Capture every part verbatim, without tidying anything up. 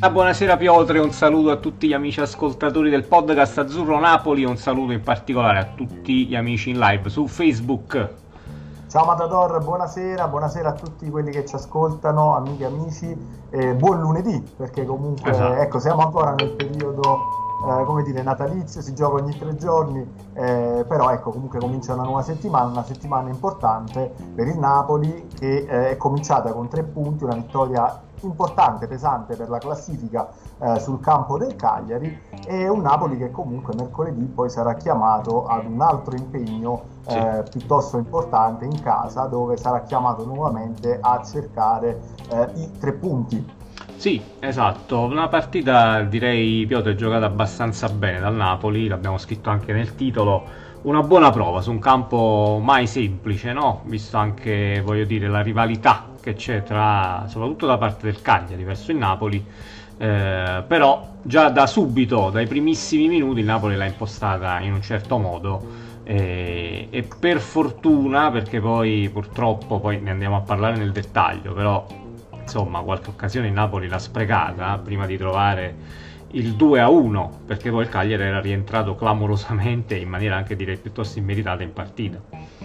Buonasera Piotre, un saluto a tutti gli amici ascoltatori del podcast Azzurro Napoli, un saluto in particolare a tutti gli amici in live su Facebook. Ciao Matador, buonasera, buonasera a tutti quelli che ci ascoltano, amiche e amici, eh, buon lunedì, perché comunque esatto. Ecco, siamo ancora nel periodo, eh, come dire, natalizio, si gioca ogni tre giorni, eh, però ecco, comunque comincia una nuova settimana, una settimana importante per il Napoli che eh, è cominciata con tre punti, una vittoria importante, pesante per la classifica eh, sul campo del Cagliari, e un Napoli che comunque mercoledì poi sarà chiamato ad un altro impegno eh, sì. piuttosto importante in casa, dove sarà chiamato nuovamente a cercare eh, i tre punti. Sì, esatto, una partita direi Piotr giocata abbastanza bene dal Napoli, l'abbiamo scritto anche nel titolo, una buona prova su un campo mai semplice, no? Visto anche, voglio dire, la rivalità che c'è tra, soprattutto da parte del Cagliari verso il Napoli, eh, però già da subito, dai primissimi minuti, il Napoli l'ha impostata in un certo modo, eh, e per fortuna, perché poi purtroppo, poi ne andiamo a parlare nel dettaglio, però insomma qualche occasione il Napoli l'ha sprecata prima di trovare il due a uno, perché poi il Cagliari era rientrato clamorosamente in maniera anche direi piuttosto immeritata in partita.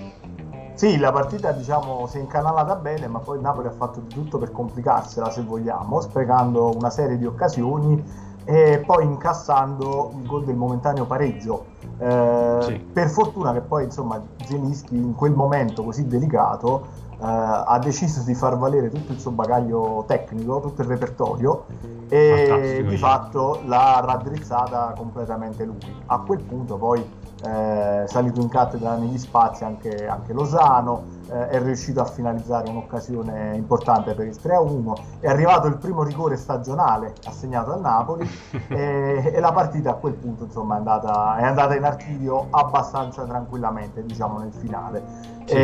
Sì, la partita diciamo si è incanalata bene, ma poi il Napoli ha fatto di tutto per complicarsela, se vogliamo, sprecando una serie di occasioni e poi incassando il gol del momentaneo pareggio. Eh, sì. Per fortuna che poi insomma Zielinski in quel momento così delicato eh, ha deciso di far valere tutto il suo bagaglio tecnico, tutto il repertorio, e Fantastico, di io. fatto l'ha raddrizzata completamente lui. A quel punto poi Eh, salito in cattedra negli spazi anche, anche Lozano, eh, è riuscito a finalizzare un'occasione importante per il tre a uno, è arrivato il primo rigore stagionale assegnato al Napoli e, e la partita a quel punto insomma è andata, è andata in archivio abbastanza tranquillamente, diciamo, nel finale. Sì.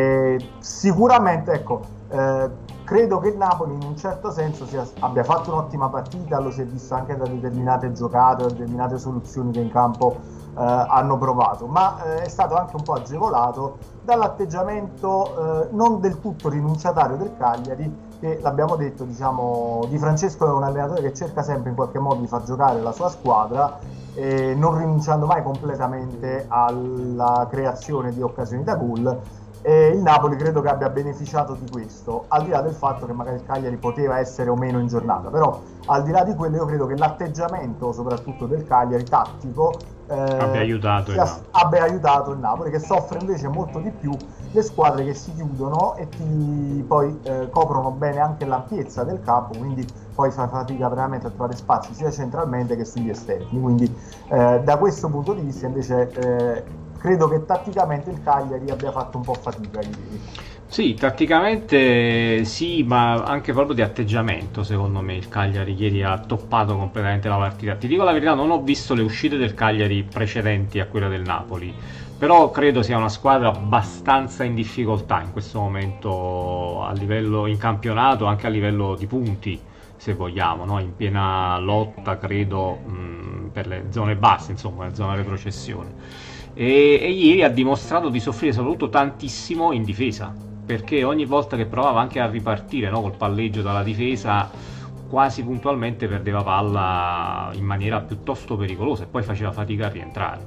E sicuramente ecco eh, credo che il Napoli in un certo senso sia, abbia fatto un'ottima partita, lo si è visto anche da determinate giocate, da determinate soluzioni che in campo Uh, hanno provato, ma uh, è stato anche un po' agevolato dall'atteggiamento uh, non del tutto rinunciatario del Cagliari, che l'abbiamo detto, diciamo, Di Francesco è un allenatore che cerca sempre in qualche modo di far giocare la sua squadra, eh, non rinunciando mai completamente alla creazione di occasioni da gol. E il Napoli credo che abbia beneficiato di questo, al di là del fatto che magari il Cagliari poteva essere o meno in giornata, però al di là di quello io credo che l'atteggiamento soprattutto del Cagliari tattico eh, abbia, aiutato sia, abbia aiutato il Napoli, che soffre invece molto di più le squadre che si chiudono e ti poi eh, coprono bene anche l'ampiezza del campo, quindi poi fa fatica veramente a trovare spazi sia centralmente che sugli esterni, quindi eh, da questo punto di vista invece eh, credo che tatticamente il Cagliari abbia fatto un po' fatica ieri. Sì, tatticamente sì, ma anche proprio di atteggiamento, secondo me il Cagliari ieri ha toppato completamente la partita. Ti dico la verità, non ho visto le uscite del Cagliari precedenti a quella del Napoli, però credo sia una squadra abbastanza in difficoltà in questo momento a livello in campionato, anche a livello di punti, se vogliamo, no? In piena lotta, credo, mh, per le zone basse, insomma, la zona retrocessione. E, e ieri ha dimostrato di soffrire soprattutto tantissimo in difesa, perché ogni volta che provava anche a ripartire, no, col palleggio dalla difesa, quasi puntualmente perdeva palla in maniera piuttosto pericolosa e poi faceva fatica a rientrare.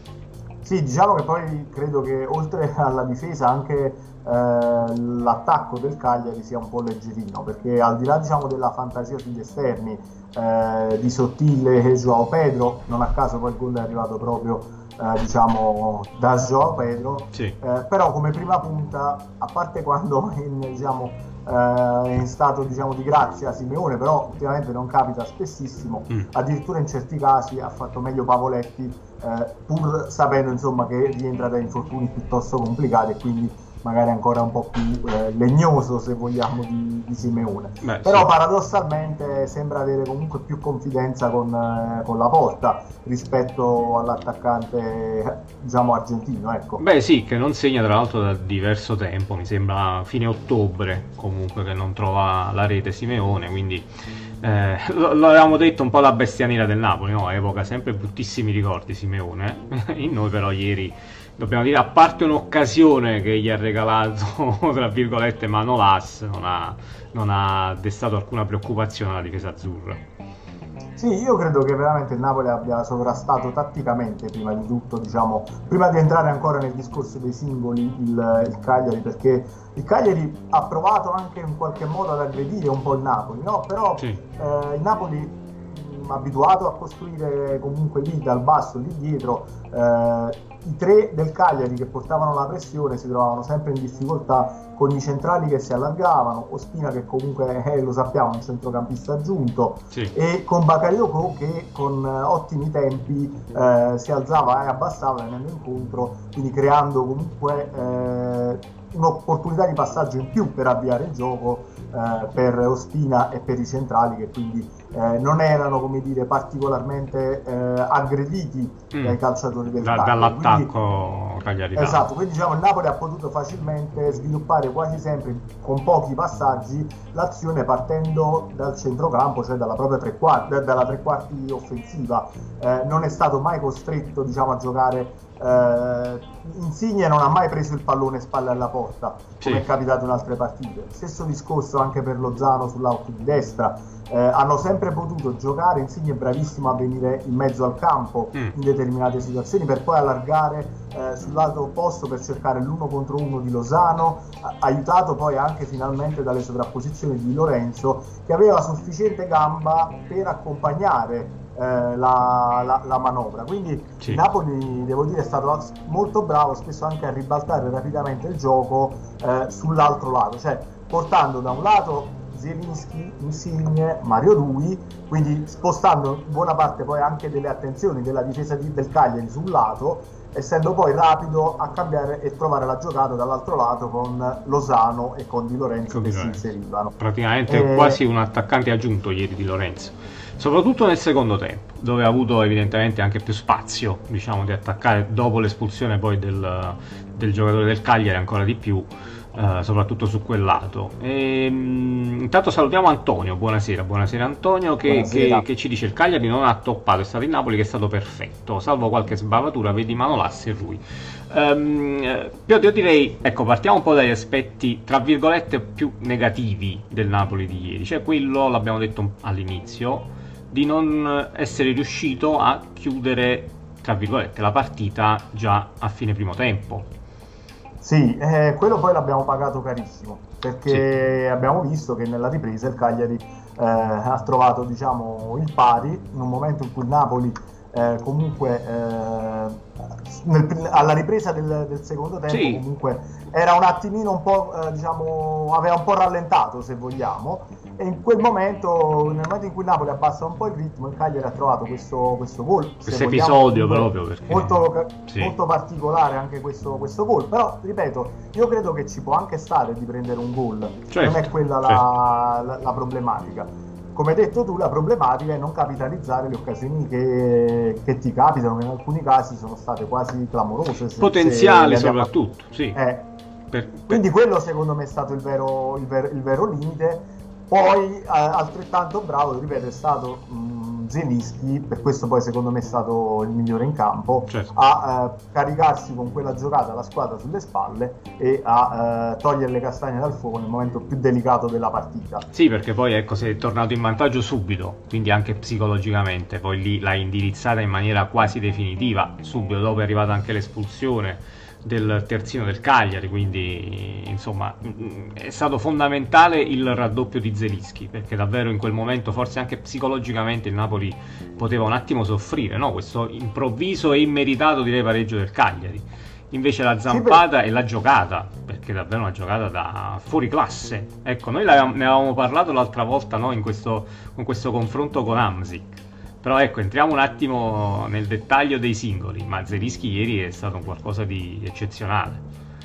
Sì, diciamo che poi credo che oltre alla difesa anche eh, l'attacco del Cagliari sia un po' leggerino, perché al di là, diciamo, della fantasia sugli esterni eh, di Sottile e Joao Pedro, non a caso poi il gol è arrivato proprio Eh, diciamo da Joao Pedro, sì. eh, però come prima punta, a parte quando in, diciamo, eh, è in stato, diciamo, di grazia Simeone, però ultimamente non capita spessissimo, mm. addirittura in certi casi ha fatto meglio Pavoletti, eh, pur sapendo insomma che rientra da infortuni piuttosto complicati e quindi magari ancora un po' più eh, legnoso, se vogliamo, di, di Simeone. Beh, però sì, paradossalmente sembra avere comunque più confidenza con, eh, con la Porta rispetto all'attaccante, diciamo, argentino, ecco. Beh sì, che non segna tra l'altro da diverso tempo, mi sembra fine ottobre comunque che non trova la rete Simeone, quindi eh, lo, lo avevamo detto un po' la bestia nera del Napoli, no? Evoca sempre bruttissimi ricordi Simeone, in noi però ieri dobbiamo dire, a parte un'occasione che gli ha regalato tra virgolette Manolas, non ha, non ha destato alcuna preoccupazione alla difesa azzurra. Sì, io credo che veramente il Napoli abbia sovrastato tatticamente, prima di tutto, diciamo, prima di entrare ancora nel discorso dei singoli, il, il Cagliari, perché il Cagliari ha provato anche in qualche modo ad aggredire un po' il Napoli, no? Però Sì, eh, il Napoli, mh, abituato a costruire comunque lì dal basso, lì dietro, eh, i tre del Cagliari che portavano la pressione si trovavano sempre in difficoltà con i centrali che si allargavano, Ospina che comunque eh, lo sappiamo è un centrocampista aggiunto, sì. e con Bakayoko che con eh, ottimi tempi eh, si alzava e abbassava venendo incontro, quindi creando comunque eh, un'opportunità di passaggio in più per avviare il gioco eh, per Ospina e per i centrali, che quindi eh, non erano, come dire, particolarmente eh, aggrediti Mm. dai calciatori del Da- Cagliari. dall'attacco Quindi, cagliaritano. esatto, quindi diciamo il Napoli ha potuto facilmente sviluppare quasi sempre con pochi passaggi l'azione partendo dal centrocampo, cioè dalla propria tre quarti, dalla tre quarti offensiva. Eh, non è stato mai costretto, diciamo, a giocare. Eh, Insigne non ha mai preso il pallone spalle alla porta, come Sì. è capitato in altre partite. Stesso discorso anche per Lozano sull'out di destra. Eh, hanno sempre potuto giocare, Insigne è bravissimo a venire in mezzo al campo Mm. in determinate situazioni per poi allargare eh, sul lato opposto per cercare l'uno contro uno di Lozano, a- aiutato poi anche finalmente dalle sovrapposizioni di Lorenzo, che aveva sufficiente gamba per accompagnare eh, la, la- la manovra. Quindi Sì. il Napoli, devo dire, è stato molto bravo spesso anche a ribaltare rapidamente il gioco eh, sull'altro lato, cioè portando da un lato Zielinski, Insigne, Mario Rui, quindi spostando buona parte poi anche delle attenzioni della difesa di, del Cagliari sul lato, essendo poi rapido a cambiare e trovare la giocata dall'altro lato con Lozano e con Di Lorenzo Con che Di si Lorenzo. inserivano. Praticamente Eh, quasi un attaccante aggiunto ieri di Lorenzo, soprattutto nel secondo tempo, dove ha avuto evidentemente anche più spazio, diciamo, di attaccare dopo l'espulsione poi del, del giocatore del Cagliari ancora di più, eh, soprattutto su quel lato. E, mh, intanto salutiamo Antonio, buonasera, buonasera Antonio, che, Buonasera. che- che ci dice: il Cagliari non ha toppato, è stato il Napoli che è stato perfetto, salvo qualche sbavatura, vedi Manolas e Rui. Ehm, eh, io io direi, ecco, partiamo un po' dagli aspetti tra virgolette più negativi del Napoli di ieri, cioè quello, l'abbiamo detto all'inizio, di non essere riuscito a chiudere tra virgolette la partita già a fine primo tempo. Sì, eh, quello poi l'abbiamo pagato carissimo, Sì, perché abbiamo visto che nella ripresa il Cagliari eh, ha trovato, diciamo, il pari in un momento in cui il Napoli eh, comunque eh, nel- alla ripresa del, del secondo tempo sì, comunque era un attimino un po', eh, diciamo, aveva un po' rallentato, se vogliamo, e in quel momento, nel momento in cui il Napoli abbassa un po' il ritmo, il Cagliari ha trovato questo, questo gol, se questo vogliamo, episodio comunque proprio perché molto, sì, molto particolare anche questo, questo gol. Però ripeto, io credo che ci può anche stare di prendere un gol, non è certo, quella certo. la, la- la problematica. Come hai detto tu, la problematica è non capitalizzare le occasioni che, che ti capitano, che in alcuni casi sono state quasi clamorose. se- se Potenziali le abbiamo- soprattutto, sì. eh, Per- per- quindi quello secondo me è stato il vero, il ver- il vero limite. Poi eh, altrettanto bravo, ripeto, è stato mh, Zielinski, per questo poi secondo me è stato il migliore in campo, certo. a eh, caricarsi con quella giocata la squadra sulle spalle e a eh, togliere le castagne dal fuoco nel momento più delicato della partita. Sì, perché poi ecco, sei tornato in vantaggio subito, quindi anche psicologicamente, poi lì l'hai indirizzata in maniera quasi definitiva, subito dopo è arrivata anche l'espulsione del terzino del Cagliari, quindi insomma mh, è stato fondamentale il raddoppio di Zielinski, perché davvero in quel momento forse anche psicologicamente il Napoli poteva un attimo soffrire, no? Questo improvviso e immeritato, direi, pareggio del Cagliari. Invece la zampata e la giocata, perché è davvero una giocata da fuori classe. Ecco, noi ne avevamo parlato l'altra volta, no? In questo, con questo confronto con Hamsik. Però ecco, entriamo un attimo nel dettaglio dei singoli, ma Zielinski ieri è stato un qualcosa di eccezionale.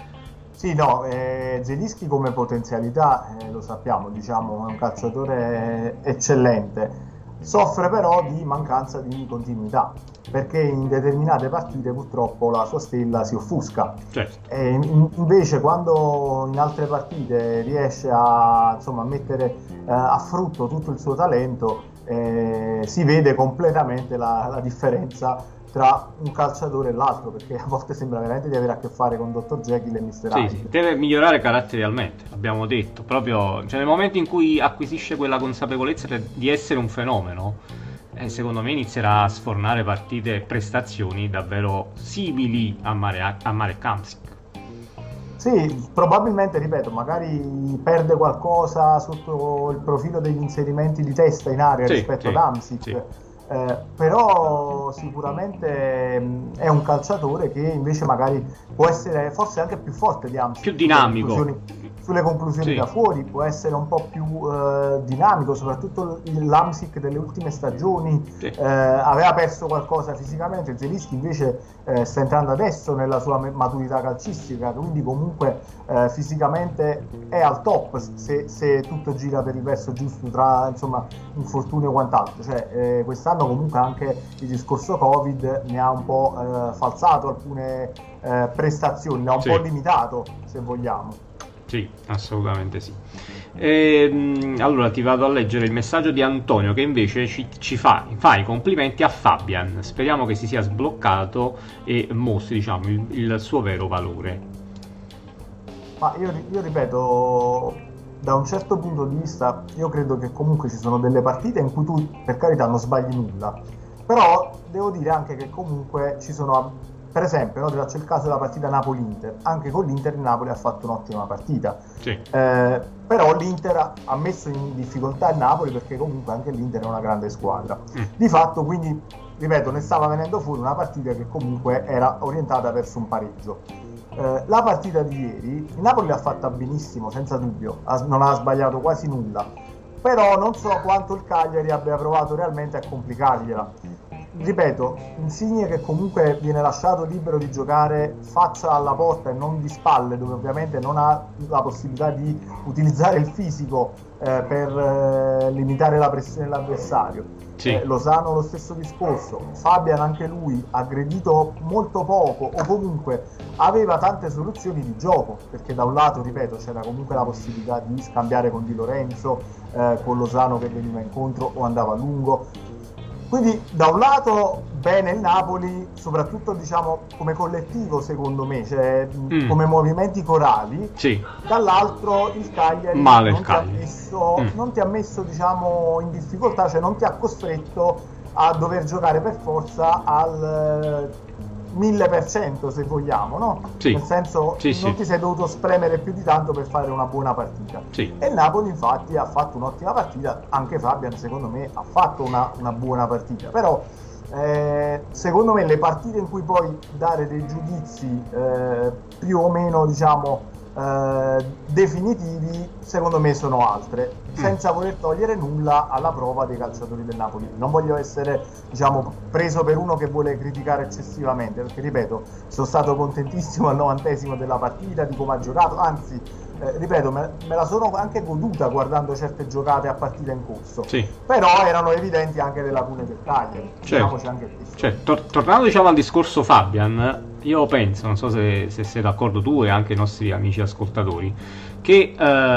Sì, no, eh, Zielinski come potenzialità, eh, lo sappiamo, diciamo, è un calciatore eccellente. Soffre però di mancanza di continuità, perché in determinate partite purtroppo la sua stella si offusca. Certo. E in- invece quando in altre partite riesce a, insomma, a mettere eh, a frutto tutto il suo talento, eh, si vede completamente la, la differenza tra un calciatore e l'altro, perché a volte sembra veramente di avere a che fare con dottor Jekyll e mister Sì, Hyde. sì, deve migliorare caratterialmente, abbiamo detto, proprio, cioè nel momento in cui acquisisce quella consapevolezza di essere un fenomeno, eh, secondo me inizierà a sfornare partite e prestazioni davvero simili a, Mare, a Marek Hamsik. Sì, probabilmente, ripeto, magari perde qualcosa sotto il profilo degli inserimenti di testa in area, sì, rispetto sì, ad Hamsik, sì. eh, però sicuramente mh, è un calciatore che invece magari può essere forse anche più forte di Hamsik, più dinamico. Sulle conclusioni sì. da fuori può essere un po' più eh, dinamico, soprattutto l'Hamsik delle ultime stagioni sì. eh, aveva perso qualcosa fisicamente. Zelinski invece eh, sta entrando adesso nella sua maturità calcistica, quindi comunque eh, fisicamente è al top se, se tutto gira per il verso giusto, tra insomma infortunio e quant'altro. Cioè, eh, quest'anno comunque anche il discorso Covid ne ha un po' eh, falsato alcune eh, prestazioni, ne ha un sì. po' limitato, se vogliamo. Sì, assolutamente sì. E, allora ti vado a leggere il messaggio di Antonio, che invece ci, ci fa, fa i complimenti a Fabian. Speriamo che si sia sbloccato e mostri, diciamo, il, il suo vero valore. Ma io, io ripeto, da un certo punto di vista, io credo che comunque ci sono delle partite in cui tu, per carità, non sbagli nulla. Però devo dire anche che comunque ci sono... Per esempio, no, ti faccio il caso della partita Napoli-Inter. Anche con l'Inter il Napoli ha fatto un'ottima partita. Sì. Eh, però l'Inter ha messo in difficoltà il Napoli perché comunque anche l'Inter è una grande squadra. Mm. Di fatto, quindi, ripeto, ne stava venendo fuori una partita che comunque era orientata verso un pareggio. Eh, la partita di ieri, il Napoli l'ha fatta benissimo, senza dubbio. Ha, non ha sbagliato quasi nulla. Però non so quanto il Cagliari abbia provato realmente a complicargliela. Ripeto, Insigne che comunque viene lasciato libero di giocare faccia alla porta e non di spalle, dove ovviamente non ha la possibilità di utilizzare il fisico eh, per eh, limitare la pressione dell'avversario. Sì. Eh, Lozano lo stesso discorso, Fabian anche lui aggredito molto poco o comunque aveva tante soluzioni di gioco, perché da un lato, ripeto, c'era comunque la possibilità di scambiare con Di Lorenzo, eh, con Lozano che veniva incontro o andava a lungo. Quindi da un lato bene il Napoli, soprattutto diciamo come collettivo secondo me, cioè mm. come movimenti corali, sì. dall'altro il Cagliari, Male non, il ti ha Cagliari. Messo, mm. non ti ha messo diciamo in difficoltà, cioè non ti ha costretto a dover giocare per forza al mille per cento se vogliamo, no? Sì. Nel senso sì, non sì. ti sei dovuto spremere più di tanto per fare una buona partita. Sì. E il Napoli infatti ha fatto un'ottima partita, anche Fabian secondo me ha fatto una, una buona partita, però eh, secondo me le partite in cui puoi dare dei giudizi eh, più o meno diciamo eh, definitivi secondo me sono altre, senza voler togliere nulla alla prova dei calciatori del Napoli. Non voglio essere diciamo preso per uno che vuole criticare eccessivamente, perché ripeto, sono stato contentissimo al novantesimo della partita, di come ha giocato, anzi eh, ripeto, me, me la sono anche goduta guardando certe giocate a partita in corso, sì. però erano evidenti anche le lacune del Cagliari, diciamoci anche questo. Cioè, tor- tornando diciamo al discorso Fabian, io penso, non so se, se sei d'accordo tu e anche i nostri amici ascoltatori, che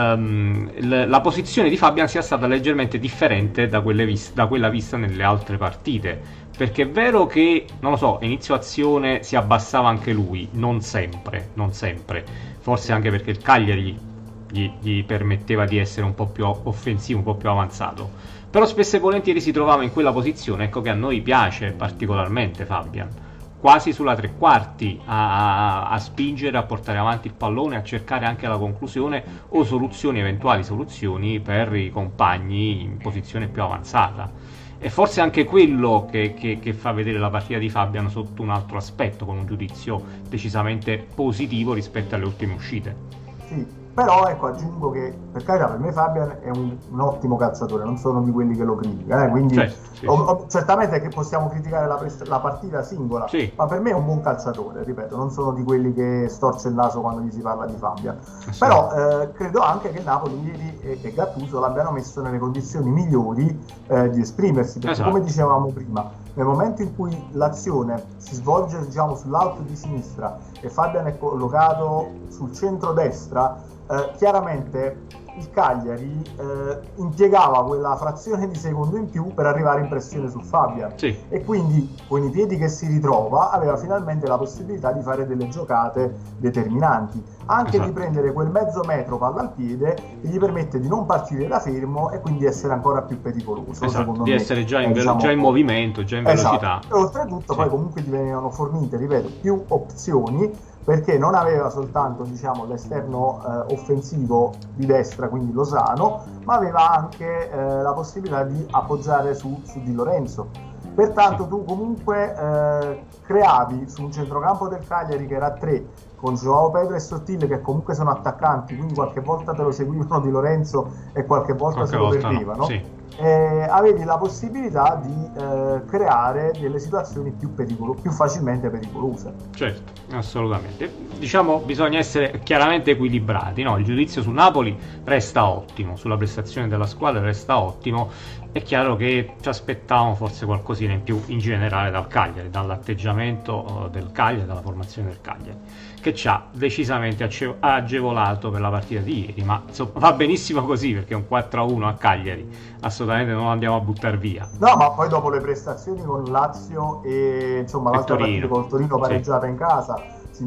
ehm, l- la posizione di Fabian sia stata leggermente differente da, quelle vis- da quella vista nelle altre partite, perché è vero che, non lo so, inizio azione si abbassava anche lui, non sempre, non sempre, forse anche perché il Cagliari gli, gli permetteva di essere un po' più offensivo, un po' più avanzato, però spesso e volentieri si trovava in quella posizione, ecco che a noi piace particolarmente Fabian, quasi sulla tre quarti a, a, a spingere, a portare avanti il pallone, a cercare anche la conclusione o soluzioni, eventuali soluzioni per i compagni in posizione più avanzata. E forse anche quello che, che, che fa vedere la partita di Fabian sotto un altro aspetto, con un giudizio decisamente positivo rispetto alle ultime uscite. Sì. Però ecco, aggiungo che per carità per me Fabian è un, un ottimo calciatore, non sono di quelli che lo critica, eh? Quindi certo, sì, o, o, certamente che possiamo criticare la, prest- la partita singola, sì. ma per me è un buon calciatore, ripeto, non sono di quelli che storce il naso quando gli si parla di Fabian. Sì. Però eh, credo anche che il Napoli ieri e, e Gattuso l'abbiano messo nelle condizioni migliori eh, di esprimersi, perché esatto. come dicevamo prima, nel momento in cui l'azione si svolge diciamo sull'alto di sinistra e Fabian è collocato sul centro-destra, eh, chiaramente il Cagliari eh, impiegava quella frazione di secondo in più per arrivare in pressione su Fabian, Sì. e quindi con i piedi che si ritrova aveva finalmente la possibilità di fare delle giocate determinanti, anche Esatto. di prendere quel mezzo metro palla al piede che gli permette di non partire da fermo e quindi essere ancora più pericoloso, Esatto, secondo di me. essere già in, Eh, ve- diciamo, già in movimento, già in velocità. Esatto. E oltretutto Sì. poi comunque gli venivano fornite, ripeto, più opzioni, perché non aveva soltanto, diciamo, l'esterno eh, offensivo di destra, quindi Lozano, ma aveva anche eh, la possibilità di appoggiare su, su Di Lorenzo. Pertanto Sì. tu comunque eh, creavi su un centrocampo del Cagliari che era a tre, con Joao Pedro e Sottile che comunque sono attaccanti, quindi qualche volta te lo seguivano Di Lorenzo e qualche volta Qualche se lo volta no, perdevano. sì. Eh, avevi la possibilità di eh, creare delle situazioni più, pericolo- più facilmente pericolose. Certo, assolutamente. Diciamo, bisogna essere chiaramente equilibrati, no? Il giudizio su Napoli resta ottimo, sulla prestazione della squadra resta ottimo. È chiaro che ci aspettavamo forse qualcosina in più in generale dal Cagliari, dall'atteggiamento uh, del Cagliari, dalla formazione del Cagliari, che ci ha decisamente ace- agevolato per la partita di ieri, ma insomma, va benissimo così, perché un quattro a uno a Cagliari assolutamente non lo andiamo a buttare via. No, ma poi dopo le prestazioni con Lazio e insomma E l'altra Torino. partita col Torino pareggiata Sì. in casa,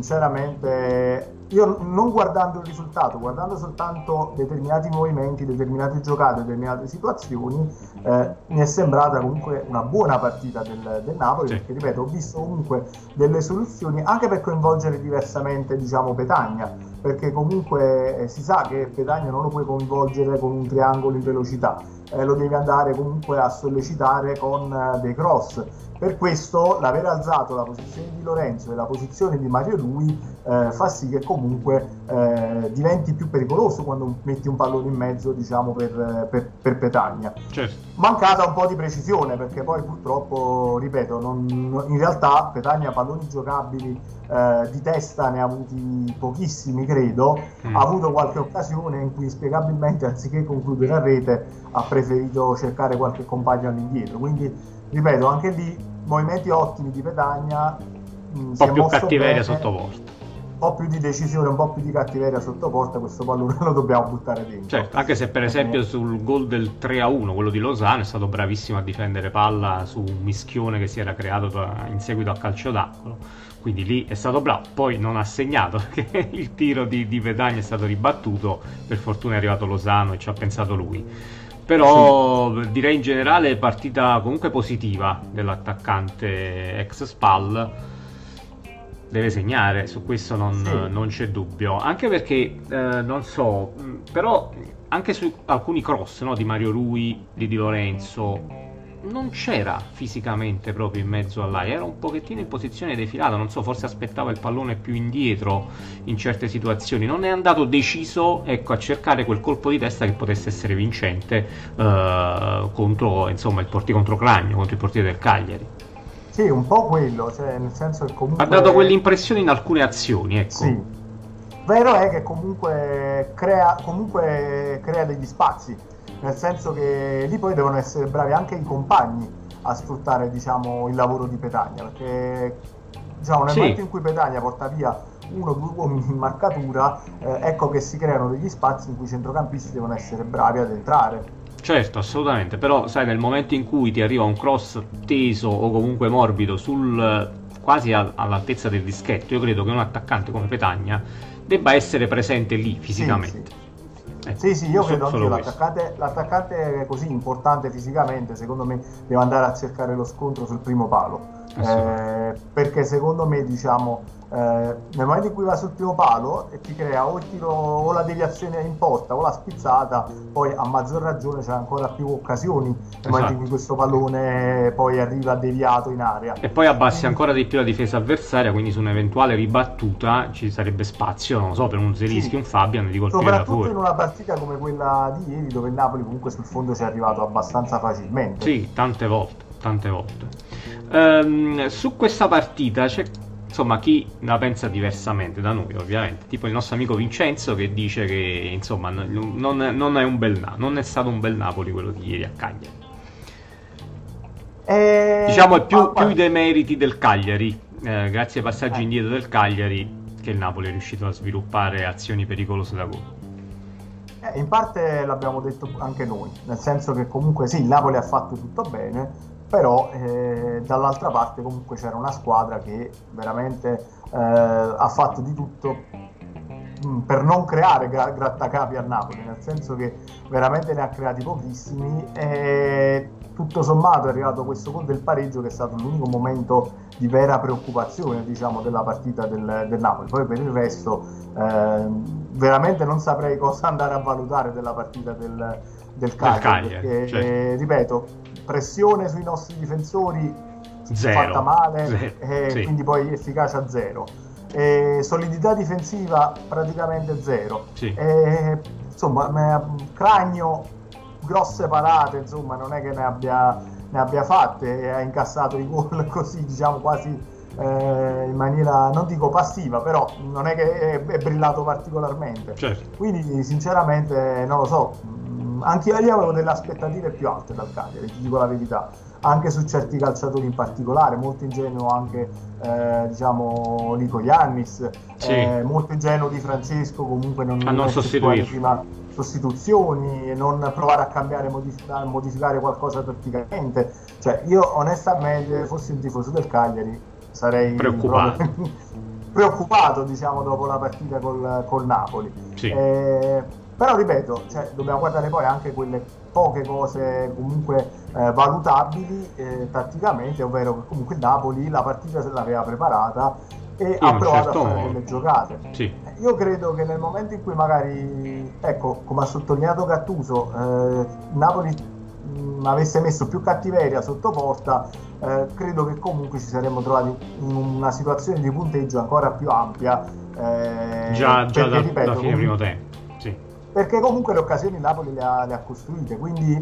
sinceramente io non guardando il risultato, guardando soltanto determinati movimenti, determinate giocate, determinate situazioni, eh, mi è sembrata comunque una buona partita del, del Napoli, Sì. perché ripeto, ho visto comunque delle soluzioni anche per coinvolgere diversamente, diciamo, Petagna, perché comunque eh, si sa che Petagna non lo puoi coinvolgere con un triangolo in velocità, eh, lo devi andare comunque a sollecitare con eh, dei cross. Per questo l'aver alzato la posizione di Lorenzo e la posizione di Mario Rui eh, fa sì che comunque eh, diventi più pericoloso quando metti un pallone in mezzo, diciamo, per, per, per Petagna. Certo. Mancata un po' di precisione, perché poi purtroppo, ripeto, non, in realtà Petagna palloni giocabili eh, di testa ne ha avuti pochissimi, credo. Mm. Ha avuto qualche occasione in cui spiegabilmente, anziché concludere a rete, ha preferito cercare qualche compagno all'indietro. Quindi, ripeto, anche lì movimenti ottimi di Petagna, mh, Un si è po' più mosso cattiveria bene, sotto porta. un po' più di decisione, un po' più di cattiveria sotto porta, questo pallone lo dobbiamo buttare dentro. Certo, anche se per esempio sul gol del tre a uno, quello di Lozano, è stato bravissimo a difendere palla su un mischione che si era creato in seguito a calcio d'angolo, quindi lì è stato bravo. Poi non ha segnato perché il tiro di, di Petagna è stato ribattuto, per fortuna è arrivato Lozano e ci ha pensato lui. Però sì, direi in generale partita comunque positiva dell'attaccante ex Spal. Deve segnare, su questo non, Sì. non c'è dubbio, anche perché eh, non so, però anche su alcuni cross, no, di Mario Rui, di Di Lorenzo, non c'era fisicamente proprio in mezzo all'area, era un pochettino in posizione defilata, non so, forse aspettava il pallone più indietro in certe situazioni, non è andato deciso, ecco, a cercare quel colpo di testa che potesse essere vincente eh, contro, insomma, il portiere, contro Cragno, contro il portiere del Cagliari. Sì, un po' quello, cioè nel senso che comunque... Ha dato quell'impressione in alcune azioni, ecco. Sì, vero è che comunque crea, comunque crea degli spazi, nel senso che lì poi devono essere bravi anche i compagni a sfruttare, diciamo, il lavoro di Petagna, perché diciamo, nel Sì. momento in cui Petagna porta via uno o due uomini in marcatura, eh, ecco che si creano degli spazi in cui i centrocampisti devono essere bravi ad entrare. Certo, assolutamente, però sai, nel momento in cui ti arriva un cross teso o comunque morbido sul quasi a, all'altezza del dischetto, io credo che un attaccante come Petagna debba essere presente lì fisicamente. Sì, sì. Ecco, Sì, sì, io credo solo anche questo. l'attaccante, l'attaccante così importante fisicamente, secondo me deve andare a cercare lo scontro sul primo palo, eh, perché secondo me, diciamo, eh, nel momento in cui va sul primo palo e ti crea o il tiro o la deviazione in porta o la spizzata, poi a maggior ragione c'è ancora più occasioni nel Esatto. momento in cui questo pallone poi arriva deviato in area. E poi abbassi Quindi- ancora di più la difesa avversaria, quindi su un'eventuale ribattuta ci sarebbe spazio, non lo so, per un Zelinski, Sì. un Fabian di colpire da Soprattutto fuori. in una partita come quella di ieri, dove il Napoli comunque sul fondo ci è arrivato abbastanza facilmente. Sì, tante volte, tante volte. Ehm, su questa partita c'è, insomma, chi la pensa diversamente da noi, ovviamente, tipo il nostro amico Vincenzo che dice che, insomma, non, non è, non è un bel Na- non è stato un bel Napoli quello di ieri a Cagliari. E... Diciamo è più, ah, più guarda, dei meriti del Cagliari, eh, grazie ai passaggi Eh. indietro del Cagliari, che il Napoli è riuscito a sviluppare azioni pericolose da gol. Eh, in parte l'abbiamo detto anche noi, nel senso che comunque sì, il Napoli ha fatto tutto bene, però eh, dall'altra parte comunque c'era una squadra che veramente eh, ha fatto di tutto mh, per non creare gra- grattacapi a Napoli, nel senso che veramente ne ha creati pochissimi e tutto sommato è arrivato questo gol del pareggio che è stato l'unico momento di vera preoccupazione, diciamo, della partita del, del Napoli. Poi per il resto eh, veramente non saprei cosa andare a valutare della partita del, del Cagliari, Cagliari, perché certo. eh, ripeto, pressione sui nostri difensori Zero. fatta male, Zero. e Sì. quindi poi efficacia zero. E solidità difensiva praticamente zero. Sì. E, insomma, Cragno grosse parate, insomma, non è che ne abbia, ne abbia fatte e ha incassato i gol così, diciamo, quasi eh, in maniera, non dico passiva, però non è che è, è brillato particolarmente. Certo. Quindi sinceramente non lo so, anche io avevo delle aspettative più alte dal Cagliari, ti dico la verità, anche su certi calciatori in particolare, molto ingenuo anche eh, diciamo Nico Iannis, sì. eh, molto ingenuo Di Francesco comunque non, a non sostituire prima sostituzioni, non provare a cambiare, modificare, modificare qualcosa tatticamente. Cioè io onestamente, fossi un tifoso del Cagliari, sarei preoccupato, proprio, preoccupato diciamo dopo la partita col, col Napoli. Sì. Eh, però ripeto, cioè, dobbiamo guardare poi anche quelle poche cose comunque eh, valutabili eh, tatticamente, ovvero che comunque il Napoli la partita se l'aveva preparata e in ha provato certo a fare modo. delle giocate. Sì. Io credo che nel momento in cui magari, ecco, come ha sottolineato Gattuso, eh, Napoli mh, avesse messo più cattiveria sotto porta, eh, credo che comunque ci saremmo trovati in una situazione di punteggio ancora più ampia. Eh, già già perché, da, ripeto, da fine comunque, primo tempo. Sì. Perché comunque le occasioni Napoli le ha, le ha costruite, quindi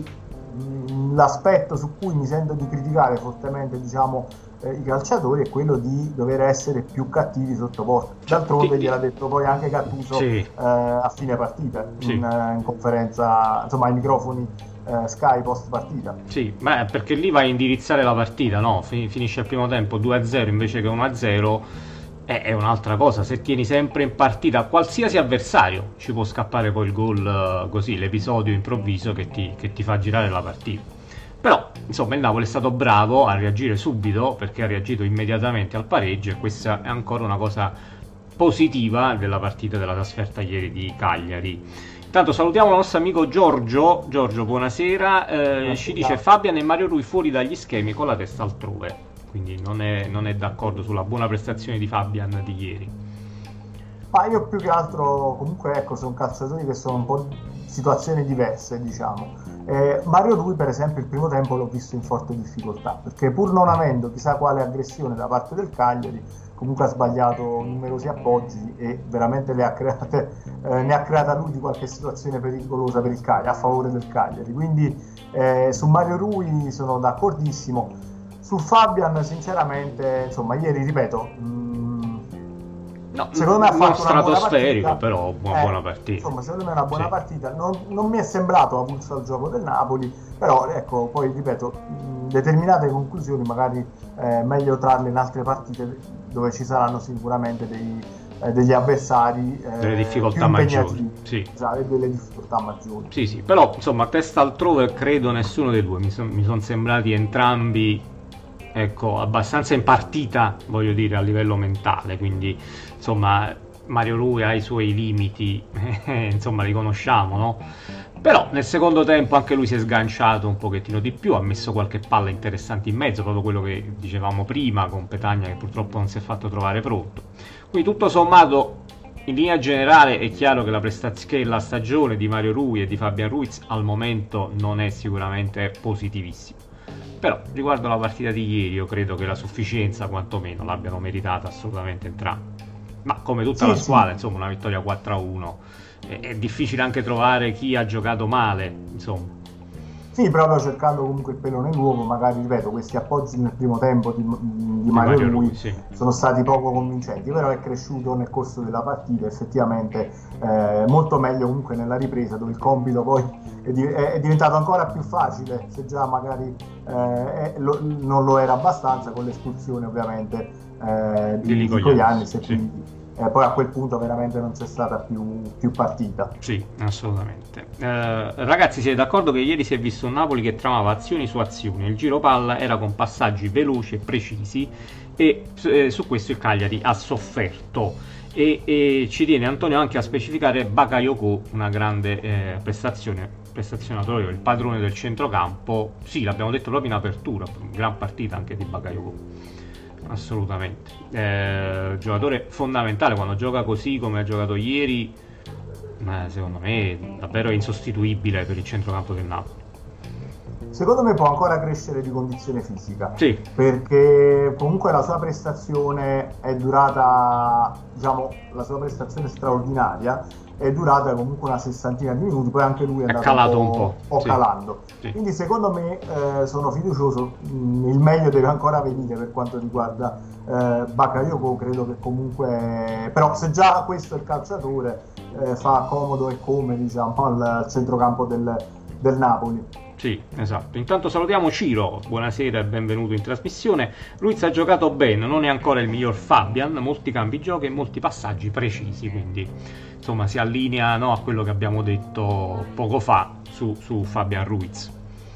mh, l'aspetto su cui mi sento di criticare fortemente, diciamo, eh, i calciatori è quello di dover essere più cattivi sotto porta. D'altronde gliel'ha detto poi anche Gattuso sì. eh, a fine partita, sì. in, in conferenza, insomma ai microfoni eh, Sky post partita. Sì, ma perché lì vai a indirizzare la partita, no? Finisce il primo tempo due a zero invece che uno a zero. È un'altra cosa, se tieni sempre in partita qualsiasi avversario ci può scappare poi il gol, così, l'episodio improvviso che ti, che ti fa girare la partita. Però insomma il Napoli è stato bravo a reagire subito, perché ha reagito immediatamente al pareggio, e questa è ancora una cosa positiva della partita della trasferta ieri di Cagliari. Intanto salutiamo il nostro amico Giorgio. Giorgio, buonasera. Eh, buonasera. Ci dice Fabian e Mario Rui fuori dagli schemi con la testa altrove. Quindi non è, non è d'accordo sulla buona prestazione di Fabian di ieri. Ma io più che altro, comunque, ecco, sono calciatori che sono un po' situazioni diverse, diciamo. Eh, Mario Rui, per esempio, il primo tempo l'ho visto in forte difficoltà, perché pur non avendo chissà quale aggressione da parte del Cagliari, comunque ha sbagliato numerosi appoggi e veramente le ha create, eh, ne ha creata lui di qualche situazione pericolosa per il Cagliari, a favore del Cagliari. Quindi eh, su Mario Rui sono d'accordissimo. Su Fabian, sinceramente, insomma, ieri, ripeto, mh, no, secondo me ha fatto stratosferico, una buona partita, però una eh, buona partita. Insomma, secondo me è una buona sì. partita. Non, non mi è sembrato avulso al gioco del Napoli, però, ecco, poi, ripeto, mh, determinate conclusioni magari è eh, meglio trarle in altre partite dove ci saranno sicuramente dei, eh, degli avversari eh, delle difficoltà maggiori. Sì. Esatto, delle difficoltà maggiori. Sì, sì, però, insomma, testa altrove credo nessuno dei due. Mi, son, mi sono sembrati entrambi, ecco, abbastanza in partita, voglio dire, a livello mentale, quindi insomma Mario Rui ha i suoi limiti, insomma li conosciamo, no? Però nel secondo tempo anche lui si è sganciato un pochettino di più, ha messo qualche palla interessante in mezzo, proprio quello che dicevamo prima con Petagna, che purtroppo non si è fatto trovare pronto. Quindi tutto sommato, in linea generale è chiaro che la, prestaz- che la stagione di Mario Rui e di Fabian Ruiz al momento non è sicuramente positivissima. Però riguardo la partita di ieri io credo che la sufficienza quantomeno l'abbiano meritata assolutamente entrambi, ma come tutta sì, la squadra, sì. Insomma, una vittoria quattro a uno, è, è difficile anche trovare chi ha giocato male, insomma. Sì, proprio cercando comunque il pelo nell'uovo, magari, ripeto, questi appoggi nel primo tempo di, di, di Mario, Mario Rui, Rui sì. sono stati poco convincenti, però è cresciuto nel corso della partita, effettivamente eh, molto meglio comunque nella ripresa, dove il compito poi è, di, è, è diventato ancora più facile, se già magari eh, è, lo, non lo era abbastanza con l'espulsione ovviamente eh, di, di Nico Iannis, e, sì. eh, poi a quel punto veramente non c'è stata più, più partita. Sì, assolutamente. Eh, ragazzi, siete d'accordo che ieri si è visto un Napoli che tramava azioni su azioni, il giro palla era con passaggi veloci e precisi e eh, su questo il Cagliari ha sofferto. E, e ci tiene Antonio anche a specificare Bakayoko, una grande eh, prestazione, prestazione autorevole, il padrone del centrocampo. Sì, l'abbiamo detto proprio in apertura, gran partita anche di Bakayoko, assolutamente. Eh, giocatore fondamentale quando gioca così come ha giocato ieri, eh, secondo me davvero insostituibile per il centrocampo del Napoli. Secondo me può ancora crescere di condizione fisica, sì, perché comunque la sua prestazione è durata, diciamo, la sua prestazione straordinaria è durata comunque una sessantina di minuti, poi anche lui è, è andato calato un po', un po', po' sì. calando. Sì. Quindi secondo me eh, sono fiducioso, mh, il meglio deve ancora venire per quanto riguarda eh, Bakayoko, credo che comunque, però se già questo è il calciatore, eh, fa comodo e come, diciamo, al, al centrocampo del, del Napoli. Sì, esatto. Intanto salutiamo Ciro, buonasera e benvenuto in trasmissione. Ruiz ha giocato bene, non è ancora il miglior Fabian, molti cambi giochi e molti passaggi precisi, quindi insomma si allinea, no, a quello che abbiamo detto poco fa su, su Fabian Ruiz.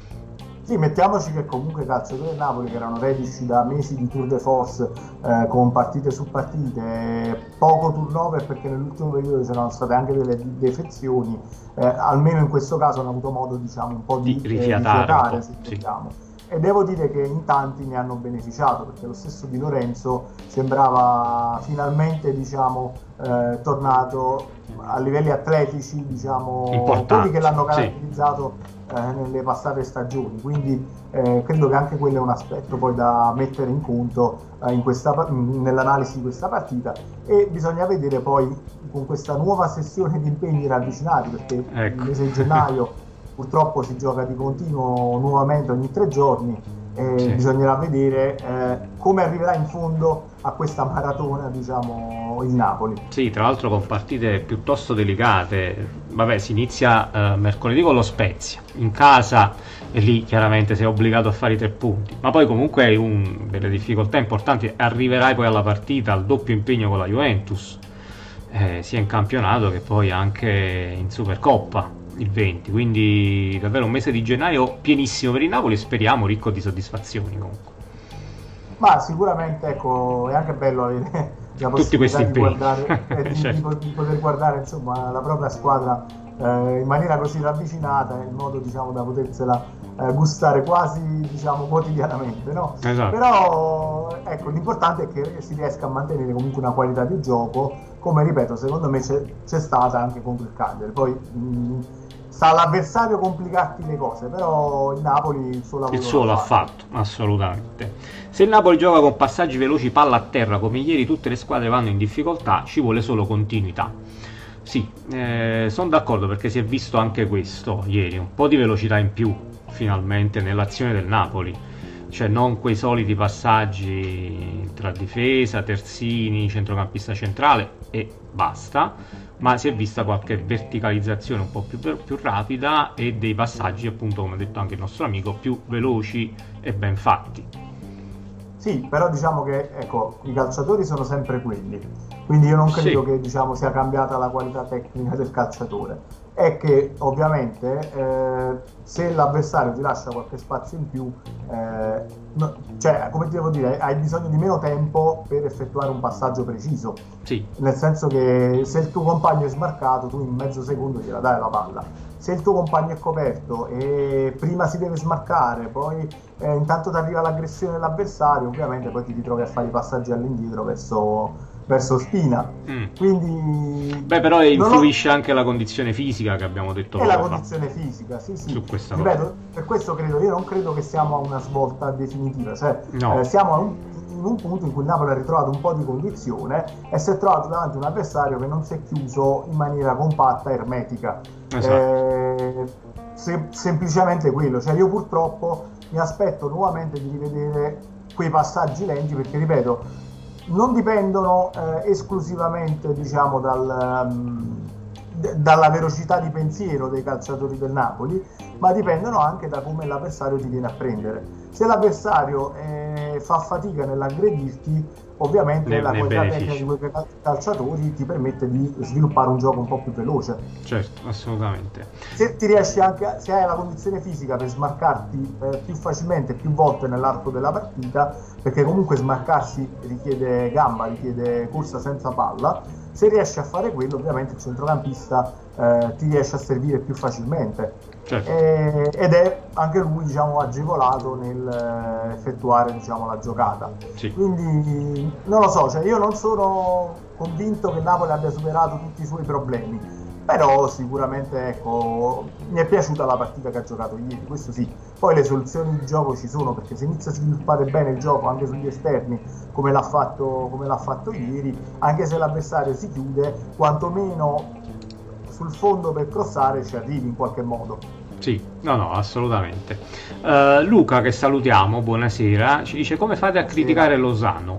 Sì, mettiamoci che comunque i calciatori del Napoli, che erano reduci da mesi di tour de force eh, con partite su partite, poco turnover perché nell'ultimo periodo c'erano state anche delle defezioni, eh, almeno in questo caso hanno avuto modo, diciamo, un po' di, di rifiatare, eh, rifiatare po', se sì. vogliamo. E devo dire che in tanti ne hanno beneficiato, perché lo stesso Di Lorenzo sembrava finalmente, diciamo, eh, tornato a livelli atletici, diciamo, importanti, quelli che l'hanno sì. caratterizzato eh, nelle passate stagioni. Quindi eh, credo che anche quello è un aspetto poi da mettere in conto eh, in questa, nell'analisi di questa partita, e bisogna vedere poi con questa nuova sessione di impegni ravvicinati, perché ecco. il mese di gennaio purtroppo si gioca di continuo nuovamente ogni tre giorni e sì. bisognerà vedere eh, come arriverà in fondo a questa maratona, diciamo, il Napoli. Sì, tra l'altro con partite piuttosto delicate. Vabbè, si inizia eh, mercoledì con lo Spezia in casa e lì chiaramente sei obbligato a fare i tre punti, ma poi comunque hai un, delle difficoltà importanti, arriverai poi alla partita al doppio impegno con la Juventus, eh, sia in campionato che poi anche in Supercoppa il venti, quindi davvero un mese di gennaio pienissimo per il Napoli e speriamo ricco di soddisfazioni comunque. Ma sicuramente, ecco, è anche bello avere la tutti questi possibilità di guardare e di, certo. di, di poter guardare, insomma, la propria squadra eh, in maniera così ravvicinata, in modo, diciamo, da potersela eh, gustare quasi, diciamo, quotidianamente, no? Esatto. Però ecco, l'importante è che si riesca a mantenere comunque una qualità di gioco, come ripeto, secondo me c'è, c'è stata anche contro il Cagliari. Poi mh, sta all'avversario complicarti le cose, però il Napoli il suo lavoro il suo l'ha fatto, assolutamente. Se il Napoli gioca con passaggi veloci palla a terra come ieri, tutte le squadre vanno in difficoltà, ci vuole solo continuità. Sì, eh, sono d'accordo, perché si è visto anche questo ieri, un po' di velocità in più finalmente nell'azione del Napoli, cioè non quei soliti passaggi tra difesa, terzini, centrocampista centrale e basta, ma si è vista qualche verticalizzazione un po' più, più rapida e dei passaggi, appunto, come ha detto anche il nostro amico, più veloci e ben fatti. Sì, però diciamo che, ecco, i calciatori sono sempre quelli, quindi io non credo sì. che, diciamo, sia cambiata la qualità tecnica del calciatore. È che ovviamente eh, se l'avversario ti lascia qualche spazio in più, eh, no, cioè, come ti devo dire, hai bisogno di meno tempo per effettuare un passaggio preciso. Sì. Nel senso che se il tuo compagno è smarcato, tu in mezzo secondo gliela dai la palla. Se il tuo compagno è coperto e prima si deve smarcare, poi eh, intanto ti arriva l'aggressione dell'avversario, ovviamente poi ti ritrovi a fare i passaggi all'indietro verso, verso Spina. Mm. Quindi beh, però influisce ho... anche la condizione fisica che abbiamo detto e la fa. condizione fisica, sì, sì. Su questa Ripeto, cosa. per questo credo, io non credo che siamo a una svolta definitiva, cioè no. eh, siamo a un, in un punto in cui il Napoli ha ritrovato un po' di condizione e si è trovato davanti a un avversario che non si è chiuso in maniera compatta, ermetica. Esatto. Eh, se, semplicemente quello, cioè io purtroppo mi aspetto nuovamente di rivedere quei passaggi lenti, perché ripeto, non dipendono eh, esclusivamente, diciamo, dal, um, d- dalla velocità di pensiero dei calciatori del Napoli, ma dipendono anche da come l'avversario ti viene a prendere. Se l'avversario è se fa fatica nell'aggredirti, ovviamente ne, la ne qualità benefici. tecnica di quei calciatori ti permette di sviluppare un gioco un po' più veloce. Certo, assolutamente. Se ti riesci anche, se hai la condizione fisica per smarcarti eh, più facilmente, più volte nell'arco della partita, perché comunque smarcarsi richiede gamba, richiede corsa senza palla, se riesci a fare quello, ovviamente il centrocampista eh, ti riesce a servire più facilmente. Certo. E, ed è anche lui, diciamo, agevolato nel eh, effettuare, diciamo, la giocata. Sì. Quindi non lo so, cioè io non sono convinto che il Napoli abbia superato tutti i suoi problemi, però sicuramente, ecco, mi è piaciuta la partita che ha giocato ieri, questo sì. Poi le soluzioni di gioco ci sono, perché se inizia a sviluppare bene il gioco anche sugli esterni, come l'ha fatto, come l'ha fatto ieri, anche se l'avversario si chiude, quantomeno sul fondo per crossare ci arrivi in qualche modo. Sì, no, no, assolutamente. Uh, Luca, che salutiamo, buonasera, ci dice: come fate a criticare Lozano?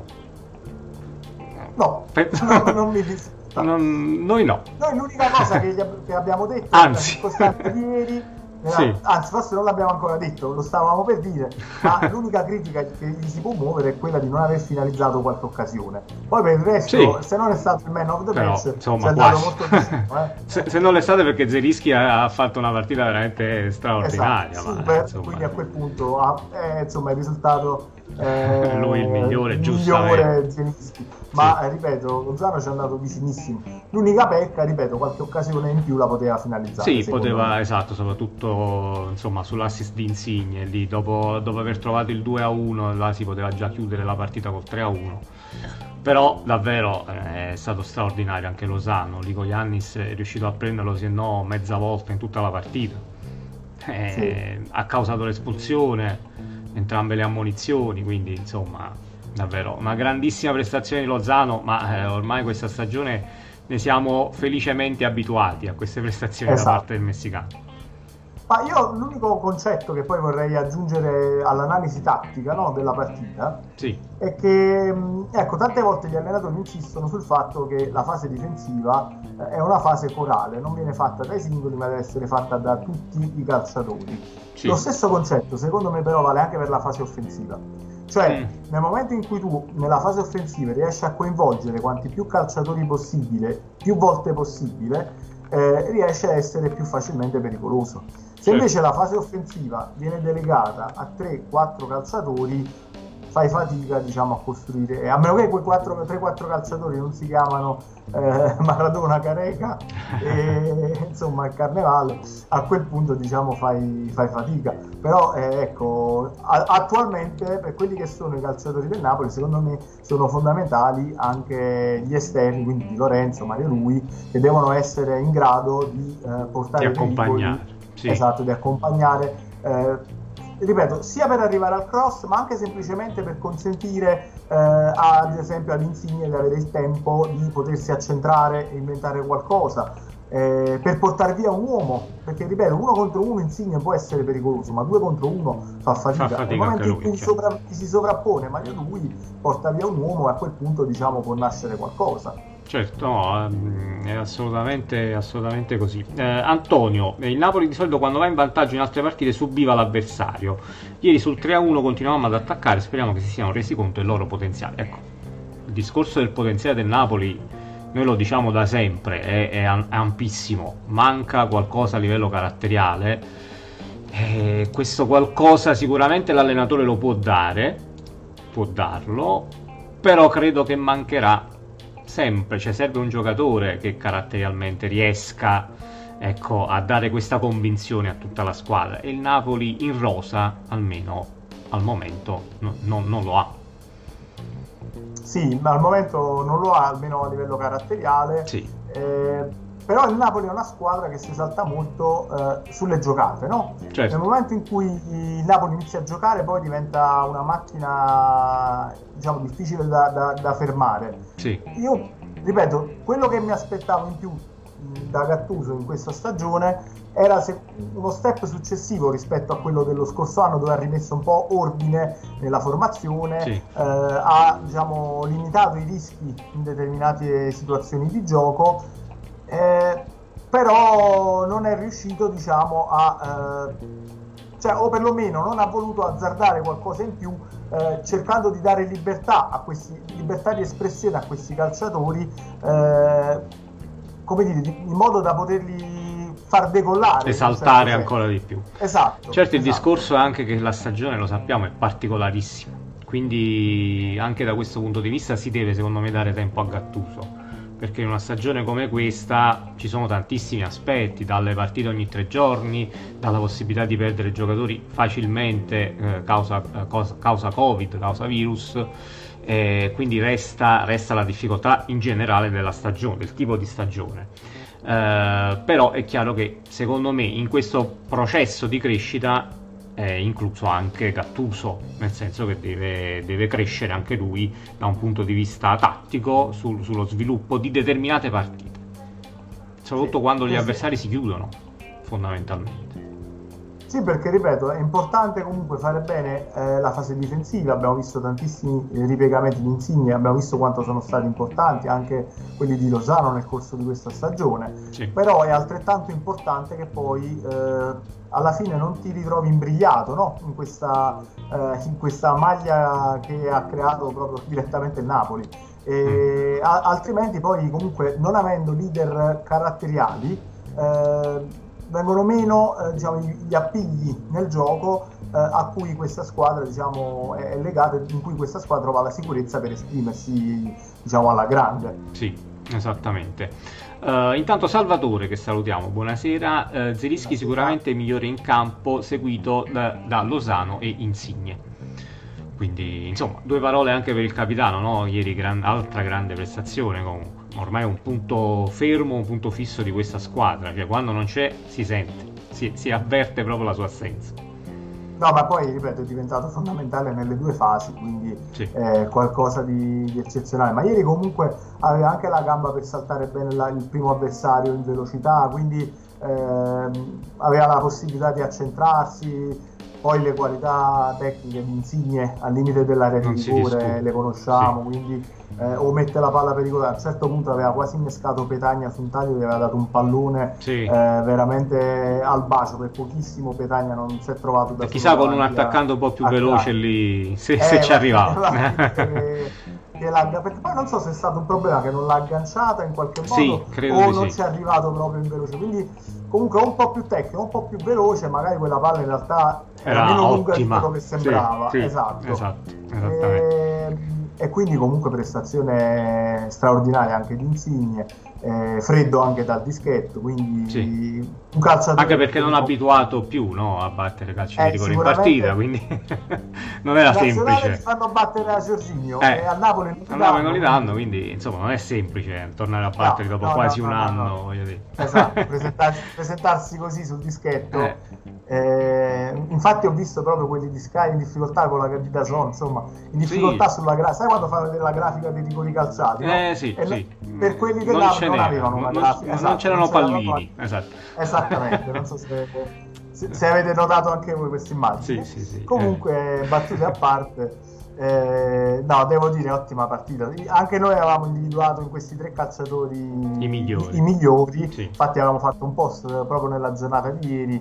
No, Per... no, non mi risulta. Non, noi no. Noi l'unica cosa che, gli ab- che abbiamo detto Anzi. è la circostanza di ieri, era- Sì. anzi forse non l'abbiamo ancora detto, lo stavamo per dire, ma l'unica critica che gli si può muovere è quella di non aver finalizzato qualche occasione. Poi per il resto, Sì. se non è stato il man of the Però, match, insomma, ci è andato quasi. molto vicino. Eh. se, se non l'estate, perché Zelinski ha, ha fatto una partita veramente straordinaria. Esatto, ma, super, insomma, quindi a quel punto ah, eh, insomma il risultato eh, Lui il migliore, il giustamente. migliore Zelinski. Ma eh, ripeto, Lozano ci è andato vicinissimo. L'unica pecca, ripeto, qualche occasione in più la poteva finalizzare. Sì, secondo poteva, me. esatto, soprattutto insomma sull'assist di Insigne, lì dopo, dopo aver trovato il due a uno, là si poteva già chiudere la partita col tre a uno. Però davvero eh, è stato straordinario anche Lozano, lì con Giannis è riuscito a prenderlo, se no mezza volta in tutta la partita. Eh, Sì. Ha causato l'espulsione, entrambe le ammonizioni, quindi insomma davvero una grandissima prestazione di Lozano, ma eh, ormai questa stagione ne siamo felicemente abituati a queste prestazioni Esatto. da parte del messicano. Ma io l'unico concetto che poi vorrei aggiungere all'analisi tattica, no, della partita Sì, è che, mh, ecco, tante volte gli allenatori insistono sul fatto che la fase difensiva eh, è una fase corale, non viene fatta dai singoli ma deve essere fatta da tutti i calciatori. sì. Lo stesso concetto secondo me però vale anche per la fase offensiva, cioè Mm. nel momento in cui tu nella fase offensiva riesci a coinvolgere quanti più calciatori possibile, più volte possibile, eh, riesci a essere più facilmente pericoloso. Se Certo. invece la fase offensiva viene delegata a tre quattro calciatori, fai fatica, diciamo, a costruire, e a meno che quei tre quattro calciatori non si chiamano eh, Maradona, Careca e insomma il Carnevale, a quel punto, diciamo, fai, fai fatica. Però eh, ecco, a- attualmente per quelli che sono i calciatori del Napoli, secondo me sono fondamentali anche gli esterni, quindi Di Lorenzo, Mario Rui, che devono essere in grado di eh, portare Di accompagnare, pericoli, sì. esatto, di accompagnare, eh, ripeto, sia per arrivare al cross, ma anche semplicemente per consentire eh, ad esempio ad Insigne di avere il tempo di potersi accentrare e inventare qualcosa, eh, per portare via un uomo, perché ripeto, uno contro uno Insigne può essere pericoloso, ma due contro uno fa fatica. Fa fatica Nel momento anche in lui, cui certo. sovra- si sovrappone Mario Lui, porta via un uomo e a quel punto, diciamo, può nascere qualcosa. Certo, no, ehm, è assolutamente, assolutamente così. Eh, Antonio, eh, il Napoli di solito quando va in vantaggio in altre partite subiva l'avversario. Ieri sul tre a uno continuavamo ad attaccare, speriamo che si siano resi conto del loro potenziale. Ecco, il discorso del potenziale del Napoli, noi lo diciamo da sempre, è, è am- è ampissimo. Manca qualcosa a livello caratteriale. Eh, questo qualcosa sicuramente l'allenatore lo può dare, può darlo, però credo che mancherà sempre, cioè serve un giocatore che caratterialmente riesca, ecco, a dare questa convinzione a tutta la squadra, e il Napoli in rosa almeno al momento no, no, non lo ha. Sì, ma al momento non lo ha, almeno a livello caratteriale. Sì. Eh, però il Napoli è una squadra che si esalta molto eh, sulle giocate, no? Certo. Nel momento in cui il Napoli inizia a giocare, poi diventa una macchina, diciamo, difficile da, da, da fermare. Sì. Io, ripeto, quello che mi aspettavo in più mh, da Gattuso in questa stagione era se- uno step successivo rispetto a quello dello scorso anno, dove ha rimesso un po' ordine nella formazione, Sì. eh, ha, diciamo, limitato i rischi in determinate situazioni di gioco, eh, però non è riuscito, diciamo, a, eh, cioè, o perlomeno non ha voluto azzardare qualcosa in più, eh, cercando di dare libertà a questi, libertà di espressione a questi calciatori, eh, come dire, di, in modo da poterli far decollare, esaltare ancora di più. Esatto. Certo, il esatto. discorso è anche che la stagione, lo sappiamo, è particolarissima, quindi anche da questo punto di vista si deve, secondo me, dare tempo a Gattuso, perché in una stagione come questa ci sono tantissimi aspetti, dalle partite ogni tre giorni, dalla possibilità di perdere giocatori facilmente eh, causa, eh, causa, causa Covid, causa virus, eh, quindi resta, resta la difficoltà in generale della stagione, del tipo di stagione. Eh, però è chiaro che secondo me in questo processo di crescita è incluso anche Gattuso, nel senso che deve, deve crescere anche lui da un punto di vista tattico sul, sullo sviluppo di determinate partite, soprattutto sì, quando gli sì. avversari si chiudono fondamentalmente. Sì, perché ripeto, è importante comunque fare bene eh, la fase difensiva. Abbiamo visto tantissimi eh, ripiegamenti di Insigne, abbiamo visto quanto sono stati importanti anche quelli di Lozano nel corso di questa stagione, sì. Però è altrettanto importante che poi eh, alla fine non ti ritrovi imbrigliato, no? in, questa, eh, in questa maglia che ha creato proprio direttamente il Napoli. E, a, altrimenti poi comunque, non avendo leader caratteriali, eh, vengono meno eh, diciamo, gli appigli nel gioco eh, a cui questa squadra diciamo, è legata, in cui questa squadra trova la sicurezza per esprimersi diciamo, alla grande. Sì, esattamente. Uh, intanto Salvatore, che salutiamo, buonasera. uh, Zelinski sicuramente migliore in campo, seguito da, da Lozano e Insigne. Quindi insomma, due parole anche per il capitano, no? Ieri gran, altra grande prestazione comunque. Ormai è un punto fermo, un punto fisso di questa squadra, cioè quando non c'è si sente, si, si avverte proprio la sua assenza. No, ma poi, ripeto, è diventato fondamentale nelle due fasi, quindi sì. È qualcosa di, di eccezionale. Ma ieri comunque aveva anche la gamba per saltare bene la, il primo avversario in velocità, quindi ehm, aveva la possibilità di accentrarsi. Poi le qualità tecniche di Insigne al limite dell'area di rigore le conosciamo, sì. Quindi eh, o mette la palla pericolosa. A un certo punto aveva quasi innescato Petagna su un taglio, gli aveva dato un pallone sì. eh, veramente al bacio, per pochissimo Petagna non si è trovato da chissà con un attaccante un po' più veloce lì se, eh, se ci arrivava. Che, che perché poi non so se è stato un problema che non l'ha agganciata in qualche modo, sì, credo o di non sì. ci è arrivato proprio in veloce, quindi comunque un po' più tecnico, un po' più veloce, magari quella palla in realtà era, era meno lunga di quello che sembrava. Sì, sì, esatto. esatto, esattamente. E, e quindi comunque prestazione straordinaria anche di Insigne, eh, freddo anche dal dischetto, quindi sì. Un calciatore anche perché non è abituato più, no, a battere calci di rigore in partita, quindi non era semplice. Li fanno battere a Giorginio eh, e a Napoli non li danno, Napoli non li danno, quindi insomma non è semplice tornare a battere no, dopo no, quasi no, un no, anno, no. Voglio dire. Esatto, presentarsi, presentarsi così sul dischetto. Eh. Eh, infatti ho visto proprio quelli di Sky in difficoltà con la di Dazon, insomma, in difficoltà sì. Sulla grafica. Sai quando fanno vedere la grafica dei rigori calciati? No? Eh sì, e sì. Per quelli che non, non avevano una non, grafica, non esatto, c'erano non pallini, esatto. Esattamente, non so se, se, se avete notato anche voi queste immagini. Sì, sì, sì. Comunque, eh. battute a parte, eh, no, devo dire ottima partita. Anche noi avevamo individuato in questi tre calciatori i migliori, i migliori. Sì. Infatti avevamo fatto un post proprio nella giornata di ieri.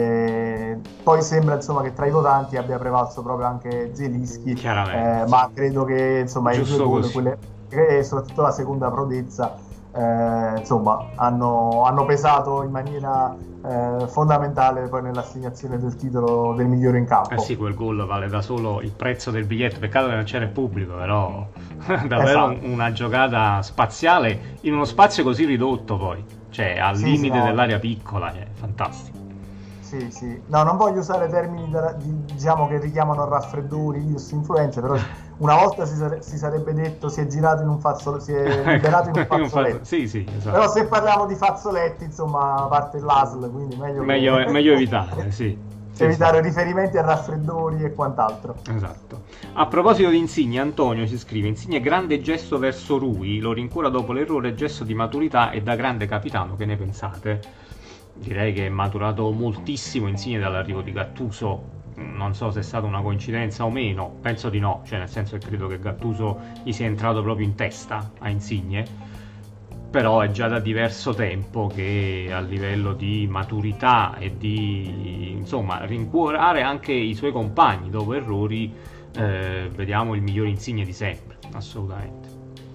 Eh, poi sembra insomma che tra i votanti abbia prevalso proprio anche Zelinski, eh, ma credo che insomma i due gol, quelle, e soprattutto la seconda prodezza, eh, insomma hanno, hanno pesato in maniera eh, fondamentale poi nell'assegnazione del titolo del migliore in campo. Eh sì, quel gol vale da solo il prezzo del biglietto, peccato che non c'era il pubblico, però davvero esatto. Una giocata spaziale in uno spazio così ridotto, poi cioè al sì, limite sì, no. dell'area piccola, cioè, fantastico. Sì, sì. No, non voglio usare termini da, di, diciamo che richiamano raffreddori, virus, influenze, però una volta si, sare- si sarebbe detto si è girato in un fazzoletto, si è liberato in un fazzoletto. Sì, sì, esatto. Però se parliamo di fazzoletti, insomma, a parte l'A S L, quindi meglio, meglio, che... meglio evitare, sì. Sì, evitare sì. riferimenti a raffreddori e quant'altro. Esatto. A proposito di Insigne, Antonio ci scrive: Insigne grande gesto verso Rui, lo rincuora dopo l'errore, gesto di maturità e da grande capitano, che ne pensate? Direi che è maturato moltissimo Insigne dall'arrivo di Gattuso. Non so se è stata una coincidenza o meno, penso di no, cioè nel senso che credo che Gattuso gli sia entrato proprio in testa a Insigne. però è già da diverso tempo che a livello di maturità e di, insomma, rincuorare anche i suoi compagni dopo errori, eh, vediamo il miglior Insigne di sempre, assolutamente.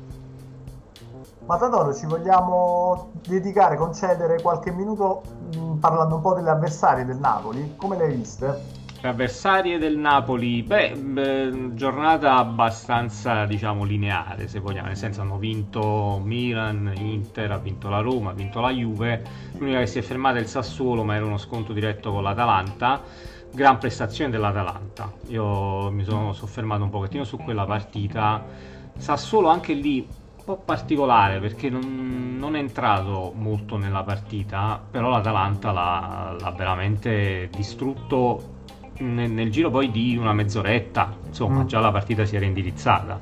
Matador, ci vogliamo dedicare, concedere qualche minuto mh, parlando un po' delle avversarie del Napoli, come le hai viste? Le avversarie del Napoli, beh, beh, giornata abbastanza, diciamo, lineare, se vogliamo, nel senso hanno vinto Milan, Inter, ha vinto la Roma, ha vinto la Juve, l'unica che si è fermata è il Sassuolo, ma era uno scontro diretto con l'Atalanta. Gran prestazione dell'Atalanta, io mi sono soffermato un pochettino su quella partita. Sassuolo anche lì un po' particolare, perché non, non è entrato molto nella partita, però l'Atalanta l'ha, l'ha veramente distrutto nel, nel giro poi di una mezz'oretta, insomma, mm. già la partita si era indirizzata.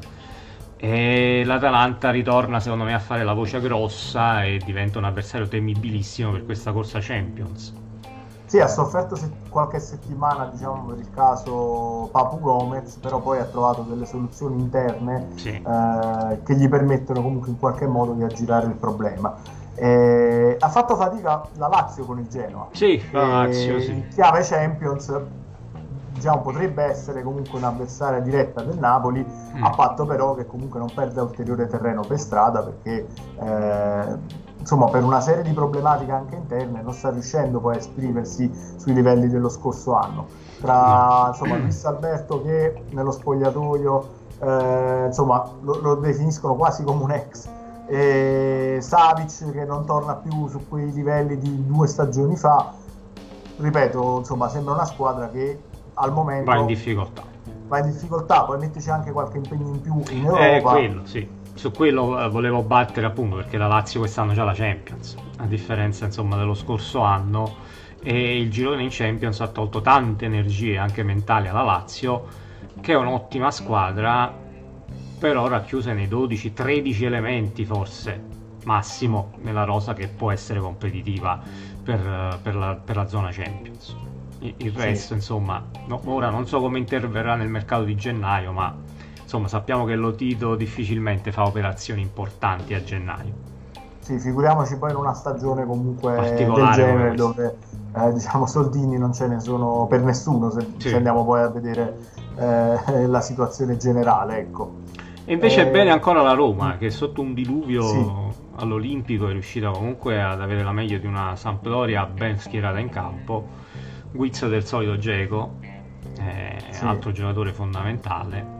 E l'Atalanta ritorna secondo me a fare la voce grossa e diventa un avversario temibilissimo per questa corsa Champions. Sì, ha sofferto se- qualche settimana, diciamo, per il caso Papu Gomez, però poi ha trovato delle soluzioni interne Sì. eh, che gli permettono comunque in qualche modo di aggirare il problema. Eh, ha fatto fatica la Lazio con il Genoa. Sì, la Eh, Lazio, sì. In chiave Champions, diciamo, potrebbe essere comunque un'avversaria diretta del Napoli, Mm. a patto però che comunque non perda ulteriore terreno per strada, perché eh, insomma, per una serie di problematiche anche interne non sta riuscendo poi a esprimersi sui livelli dello scorso anno. Tra insomma, Luis Alberto, che nello spogliatoio eh, insomma, lo, lo definiscono quasi come un ex, e Savic che non torna più su quei livelli di due stagioni fa, ripeto, insomma, sembra una squadra che al momento Va in difficoltà. va in difficoltà, poi mettici anche qualche impegno in più in Eh, Europa. quello, sì. Su quello eh, volevo battere, appunto, perché la Lazio quest'anno c'ha la Champions, a differenza, insomma, dello scorso anno, e il girone in Champions ha tolto tante energie anche mentali alla Lazio, che è un'ottima squadra, però racchiusa nei dodici tredici elementi forse massimo nella rosa che può essere competitiva per, eh, per la, per la zona Champions. Il, il resto, Sì. insomma, no, ora non so come interverrà nel mercato di gennaio, ma insomma sappiamo che Lotito difficilmente fa operazioni importanti a gennaio. Sì, figuriamoci poi in una stagione comunque del Particolare come genere, questa. dove eh, diciamo soldini non ce ne sono per nessuno, se, Sì. se andiamo poi a vedere eh, la situazione generale, ecco. E invece Eh, è bene ancora la Roma, che sotto un diluvio Sì. all'Olimpico è riuscita comunque ad avere la meglio di una Sampdoria ben schierata in campo. Guizzo del solito Dzeko, eh, Sì. altro giocatore fondamentale.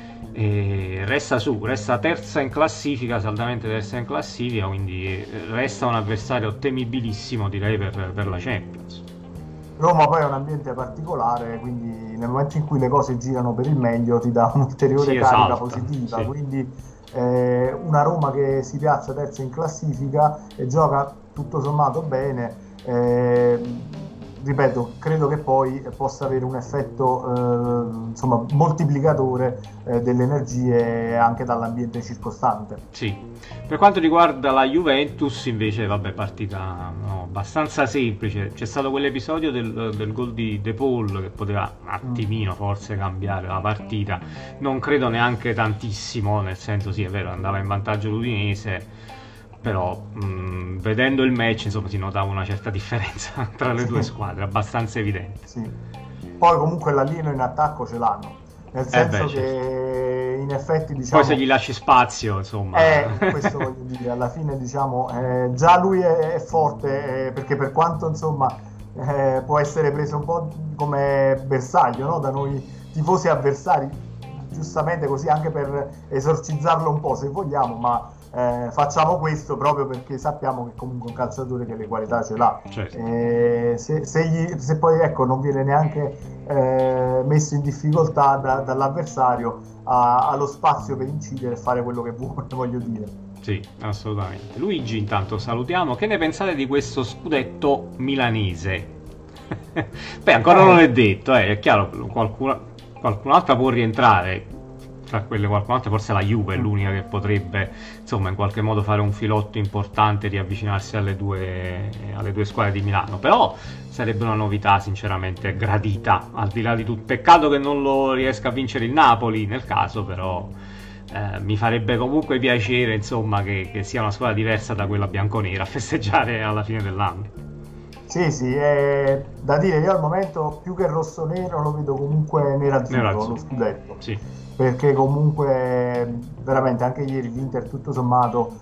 E resta su, resta terza in classifica, saldamente terza in classifica, quindi eh, resta un avversario temibilissimo, direi, per, per la Champions. Roma poi è un ambiente particolare, quindi nel momento in cui le cose girano per il meglio ti dà un'ulteriore Sì, carica esalta, positiva, sì. quindi eh, una Roma che si piazza terza in classifica e gioca tutto sommato bene, eh, ripeto, credo che poi possa avere un effetto eh, insomma, moltiplicatore eh, delle energie anche dall'ambiente circostante. Sì. Per quanto riguarda la Juventus, invece, vabbè, partita no, abbastanza semplice. C'è stato quell'episodio del, del gol di De Paul che poteva un attimino forse cambiare la partita. Non credo neanche tantissimo, nel senso, sì, è vero, andava in vantaggio l'Udinese, però mh, vedendo il match, insomma, si notava una certa differenza tra le due squadre, abbastanza evidente. Sì. Poi comunque l'alieno in attacco ce l'hanno, nel senso beh, che in effetti, diciamo, Poi se gli lasci spazio, insomma... eh, questo voglio dire, alla fine, diciamo, eh, già lui è, è forte, eh, perché per quanto, insomma, eh, può essere preso un po' come bersaglio, no? Da noi tifosi avversari, giustamente così, anche per esorcizzarlo un po', se vogliamo, ma eh, facciamo questo proprio perché sappiamo che comunque è un calciatore che le qualità ce l'ha. Certo. Eh, se, se, gli, se poi, ecco, non viene neanche eh, messo in difficoltà da, dall'avversario, ha, ha lo spazio per incidere e fare quello che vuole, voglio dire. Sì, assolutamente. Luigi, intanto salutiamo. Che ne pensate di questo scudetto milanese? Beh, ancora non è detto, eh. È chiaro, qualcuna, qualcun'altra può rientrare. Tra quelle qualcun'altra, forse la Juve è l'unica che potrebbe, insomma, in qualche modo fare un filotto importante e riavvicinarsi alle due, alle due squadre di Milano. Però sarebbe una novità sinceramente gradita, al di là di tutto. Peccato che non lo riesca a vincere il Napoli nel caso, però eh, mi farebbe comunque piacere, insomma, che, che sia una squadra diversa da quella bianconera a festeggiare alla fine dell'anno. Sì, sì, è da dire, io al momento più che rosso-nero lo vedo comunque nero-azzurro, Nerazzurro. lo scudetto, Sì. perché comunque veramente anche ieri l'Inter tutto sommato,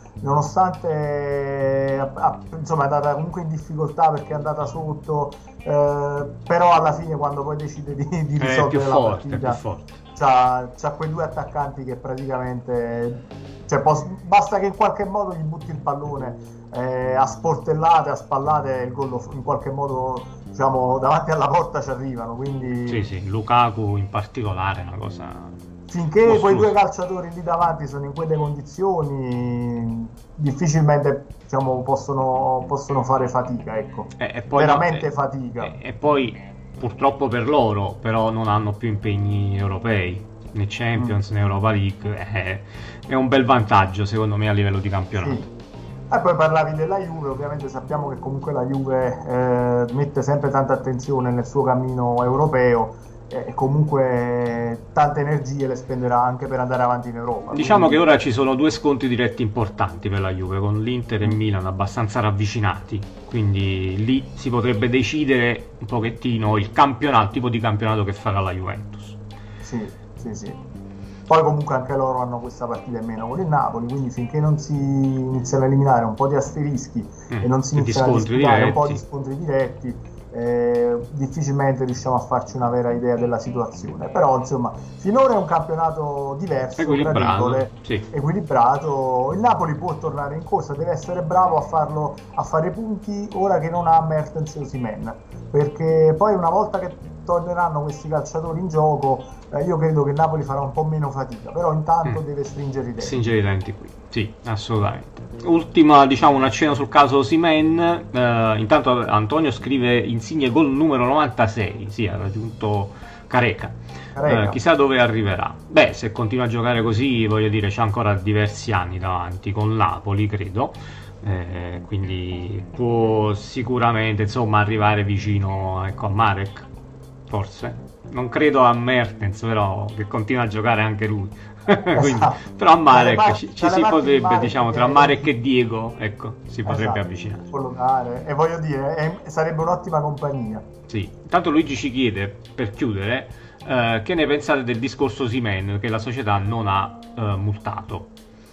nonostante ah, insomma è andata comunque in difficoltà perché è andata sotto, eh, però alla fine quando poi decide di, di È risolvere più la forte, partita, è più forte. c'ha, c'ha quei due attaccanti che praticamente, cioè, pos- basta che in qualche modo gli butti il pallone eh, a sportellate, a spallate, il gol lo- in qualche modo, diciamo, davanti alla porta ci arrivano, quindi Sì, sì, Lukaku in particolare è una cosa finché mostruosa. quei due calciatori lì davanti sono in quelle condizioni difficilmente, diciamo, possono, possono fare fatica, ecco, E, e poi, veramente e- fatica. E, e poi purtroppo per loro, però non hanno più impegni europei, né Champions né Europa League. È, è un bel vantaggio secondo me a livello di campionato. Sì. E poi parlavi della Juve, ovviamente sappiamo che comunque la Juve eh, mette sempre tanta attenzione nel suo cammino europeo e comunque tante energie le spenderà anche per andare avanti in Europa. Diciamo Quindi, che ora ci sono due scontri diretti importanti per la Juve, con l'Inter e Milan abbastanza ravvicinati, quindi lì si potrebbe decidere un pochettino il campionato, il tipo di campionato che farà la Juventus. sì, sì, sì. Poi comunque anche loro hanno questa partita in meno con il Napoli, quindi finché non si iniziano a eliminare un po' di asterischi Mm, e non si di iniziano a scontri disputare un po' di diretti. scontri diretti, eh, difficilmente riusciamo a farci una vera idea della situazione. Però insomma, finora è un campionato diverso, Equilibrato, gradevole, sì. equilibrato. Il Napoli può tornare in corsa, deve essere bravo a farlo, a fare punti ora che non ha Mertens e Osimhen, perché poi una volta che torneranno questi calciatori in gioco, eh, io credo che il Napoli farà un po' meno fatica, però intanto Mm. deve stringere i denti. Stringere i denti qui, sì, assolutamente. Ultima, diciamo, un accenno sul caso Osimhen. Eh, intanto Antonio scrive Insigne gol numero novantasei, sì, ha raggiunto Careca. Careca. Eh, chissà dove arriverà. Beh, se continua a giocare così, voglio dire, c'ha ancora diversi anni davanti con Napoli, credo. Eh, quindi può sicuramente, insomma, arrivare vicino, ecco, a Marek, forse. Non credo a Mertens, però, che continua a giocare anche lui. Quindi, Esatto. però a Marek Dalle ci, parti- ci dalle si parti di potrebbe, Marek diciamo, che- tra Marek e Diego, ecco, si potrebbe Esatto, avvicinare. collocare. E voglio dire, è- sarebbe un'ottima compagnia. Sì. Intanto Luigi ci chiede, per chiudere, eh, che ne pensate del discorso Osimhen che la società non ha eh, multato?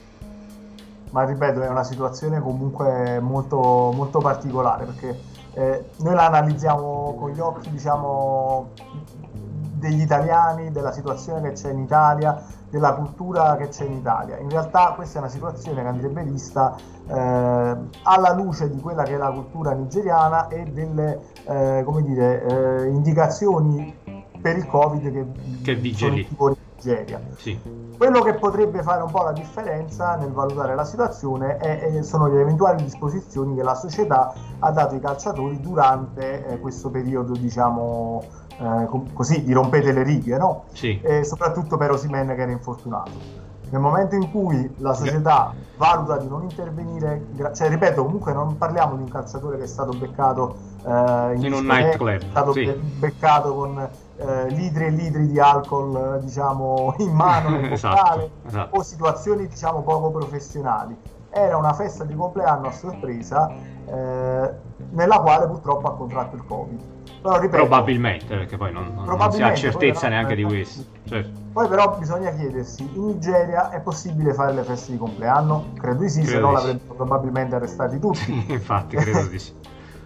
Ma ripeto, è una situazione comunque molto, molto particolare, perché eh, noi la analizziamo con gli occhi, diciamo, degli italiani, della situazione che c'è in Italia, della cultura che c'è in Italia. In realtà questa è una situazione che andrebbe vista eh, alla luce di quella che è la cultura nigeriana e delle eh, come dire, eh, indicazioni per il Covid che, Che vige sono lì. in vigore in Nigeria. Sì. Quello che potrebbe fare un po' la differenza nel valutare la situazione è, è- sono le eventuali disposizioni che la società ha dato ai calciatori durante eh, questo periodo, diciamo, eh, co- così, di rompete le righe, no? Sì. E soprattutto per Osimhen che era infortunato. Nel momento in cui la società valuta di non intervenire, gra- cioè ripeto, comunque non parliamo di un calciatore che è stato beccato eh, in, In un discoteca, nightclub, è stato sì. be- beccato con eh, litri e litri di alcol, eh, diciamo, in mano, nel Esatto, boccale, esatto. o situazioni, diciamo, poco professionali. Era una festa di compleanno a sorpresa eh, nella quale purtroppo ha contratto il Covid. Però ripeto, Probabilmente, perché poi non, non- non si ha Probabilmente, certezza poi però- neanche di questo. Certo. poi però bisogna chiedersi, in Nigeria è possibile fare le feste di compleanno? Credo di sì, Credo se no di sì. l'avrebbero probabilmente arrestati tutti. Infatti, credo di sì.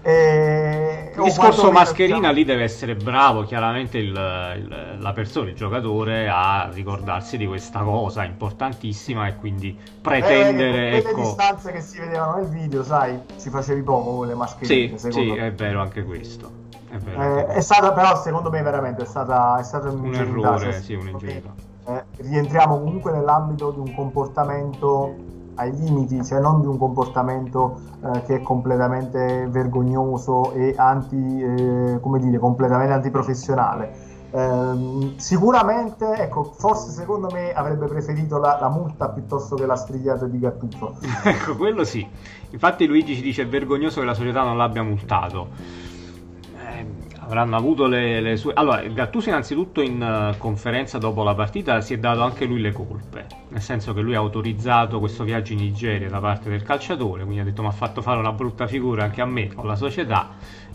E... Il o discorso quantomeno, mascherina diciamo, lì deve essere bravo, chiaramente il- il- la persona, il giocatore, a ricordarsi di questa cosa importantissima e quindi eh, pretendere, che con quelle ecco. distanze che si vedevano nel video, sai, ci facevi poco con le Sì, mascherine, sì, secondo me. è vero anche questo. È vero Eh, anche è questo. stata però, secondo me, veramente è stata, è stata Un un'ingenuità, errore, cioè, sì, secondo me, un'ingenuità. eh, rientriamo comunque nell'ambito di un comportamento ai limiti, cioè non di un comportamento eh, che è completamente vergognoso e anti, eh, come dire, completamente antiprofessionale. Ehm, sicuramente, ecco, forse secondo me avrebbe preferito la, la multa piuttosto che la strigliata di Gattuso. Ecco, quello sì. Infatti Luigi ci dice è vergognoso che la società non l'abbia multato. Eh, Avranno avuto le, le sue... Allora, Gattuso innanzitutto in uh, conferenza dopo la partita si è dato anche lui le colpe, nel senso che lui ha autorizzato questo viaggio in Nigeria da parte del calciatore, quindi ha detto mi ha fatto fare una brutta figura anche a me con la società,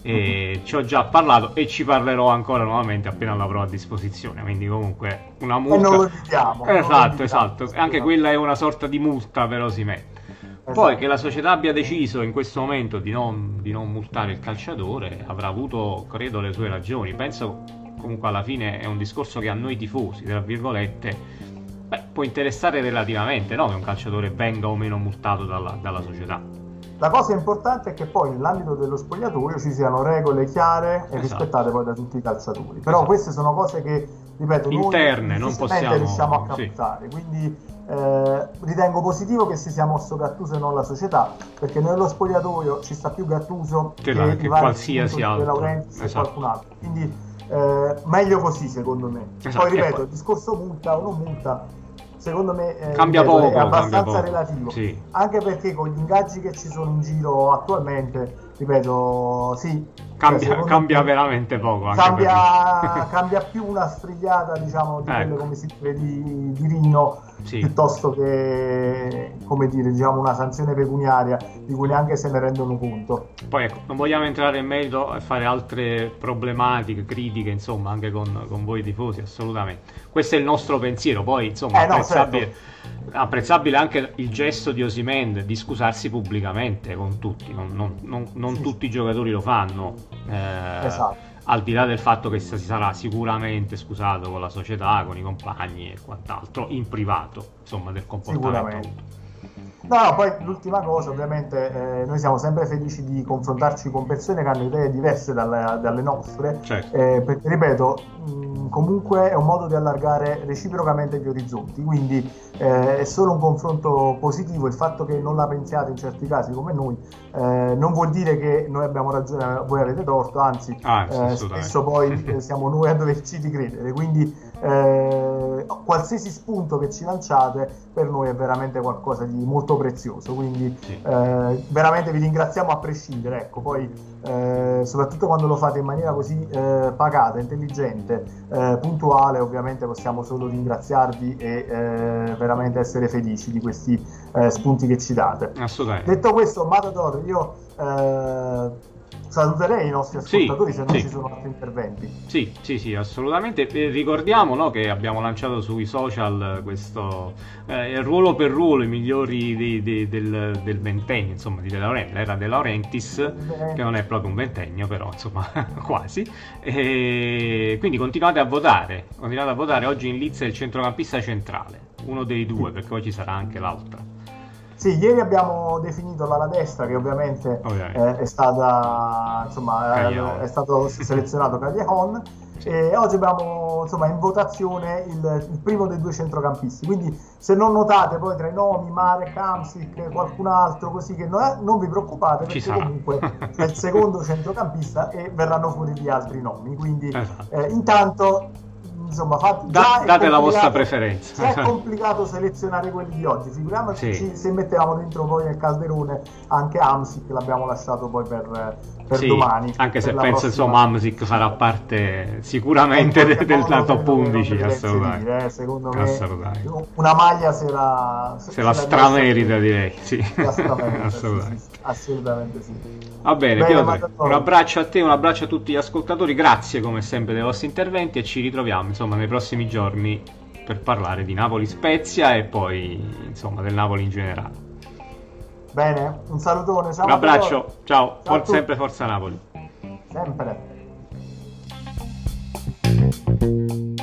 e uh-huh. ci ho già parlato e ci parlerò ancora nuovamente appena l'avrò a disposizione, quindi comunque una multa... E non lo diciamo. Esatto, esatto, anche quella è una sorta di multa però si mette. Poi che la società abbia deciso in questo momento di non, di non multare il calciatore avrà avuto, credo, le sue ragioni. Penso comunque alla fine è un discorso che a noi tifosi, tra virgolette, beh, può interessare relativamente, no? Che un calciatore venga o meno multato dalla, dalla società. La cosa importante è che poi nell'ambito dello spogliatoio ci siano regole chiare e esatto. rispettate poi da tutti i calciatori. Però esatto. queste sono cose che, ripeto, interne, noi non possiamo riusciamo a captare. Sì. Quindi eh, ritengo positivo che si sia mosso Gattuso e non la società, perché nello spogliatoio ci sta più Gattuso che, che, che qualsiasi altro, Laurentiis esatto. e qualcun altro. Quindi eh, meglio così secondo me. Esatto. Poi ripeto, poi... il discorso multa o non multa secondo me eh, cambia ripeto, poco, è abbastanza cambia poco. relativo, sì. Anche perché con gli ingaggi che ci sono in giro attualmente, ripeto, sì, cambia, cioè, cambia me, veramente poco anche cambia, cambia più una strigliata, diciamo, di ecco. quelle come si dice di, di Rino, sì. piuttosto che, come dire, diciamo, una sanzione pecuniaria di cui neanche se ne rendono conto. Poi ecco, non vogliamo entrare in merito e fare altre problematiche, critiche, insomma, anche con, con voi tifosi, assolutamente. Questo è il nostro pensiero, poi insomma, eh, no, apprezzabile, certo. apprezzabile anche il gesto di Osimhen di scusarsi pubblicamente con tutti, non, non, non, non sì. tutti i giocatori lo fanno, eh, esatto. al di là del fatto che si sarà sicuramente scusato con la società, con i compagni e quant'altro, in privato, insomma, del comportamento. No, no, poi l'ultima cosa, ovviamente, eh, noi siamo sempre felici di confrontarci con persone che hanno idee diverse dalle, dalle nostre, certo. eh, perché, ripeto, mh, comunque è un modo di allargare reciprocamente gli orizzonti, quindi eh, è solo un confronto positivo. Il fatto che non la pensiate in certi casi come noi eh, non vuol dire che noi abbiamo ragione, voi avete torto, anzi ah, sì, eh, spesso poi eh, siamo noi a doverci di credere, quindi eh, qualsiasi spunto che ci lanciate per noi è veramente qualcosa di molto prezioso, quindi sì. eh, veramente vi ringraziamo a prescindere, ecco. Poi eh, soprattutto quando lo fate in maniera così eh, pacata, intelligente, eh, puntuale, ovviamente possiamo solo ringraziarvi e eh, veramente essere felici di questi eh, spunti che ci date. Assolutamente. Detto questo, Matador, io eh, saluterei i nostri ascoltatori, sì, se non sì. ci sono altri interventi. Sì, sì, sì, assolutamente. E ricordiamo, no, che abbiamo lanciato sui social questo eh, ruolo per ruolo, i migliori di, di, del, del ventennio, insomma, di De Laurentiis, l'era De Laurentiis, Beh. che non è proprio un ventennio, però insomma quasi. E quindi continuate a votare, continuate a votare. Oggi in Leeds è il centrocampista centrale, uno dei due, sì. perché poi ci sarà anche l'altra. Sì, ieri abbiamo definito l'ala destra, che ovviamente, ovviamente. Eh, è stata, insomma, eh, è stato selezionato Callejon, sì. E oggi abbiamo, insomma, in votazione il, il primo dei due centrocampisti, quindi se non notate poi tra i nomi Marek, Hamsik, qualcun altro così, che non, è, non vi preoccupate, perché comunque è il secondo centrocampista e verranno fuori gli altri nomi, quindi esatto. eh, intanto insomma, fate, da, date la vostra preferenza. Se è complicato selezionare quelli di oggi, figuriamoci sì. se mettevamo dentro poi nel calderone anche Hamsik, che l'abbiamo lasciato poi per, per sì, domani. Anche se per penso insomma Hamsik farà parte sicuramente del, del top undici, assolutamente. Dire, eh, secondo me assolutamente. Una maglia se la, se se la stramerita, direi. Sì. Assolutamente, assolutamente. Sì, sì, assolutamente sì. Va bene, bene Piotr, un abbraccio a te, un abbraccio a tutti gli ascoltatori, grazie come sempre dei vostri interventi e ci ritroviamo insomma nei prossimi giorni per parlare di Napoli Spezia e poi insomma del Napoli in generale. Bene, un salutone, ciao. Un abbraccio, ciao, ciao For- sempre Forza Napoli. Sempre.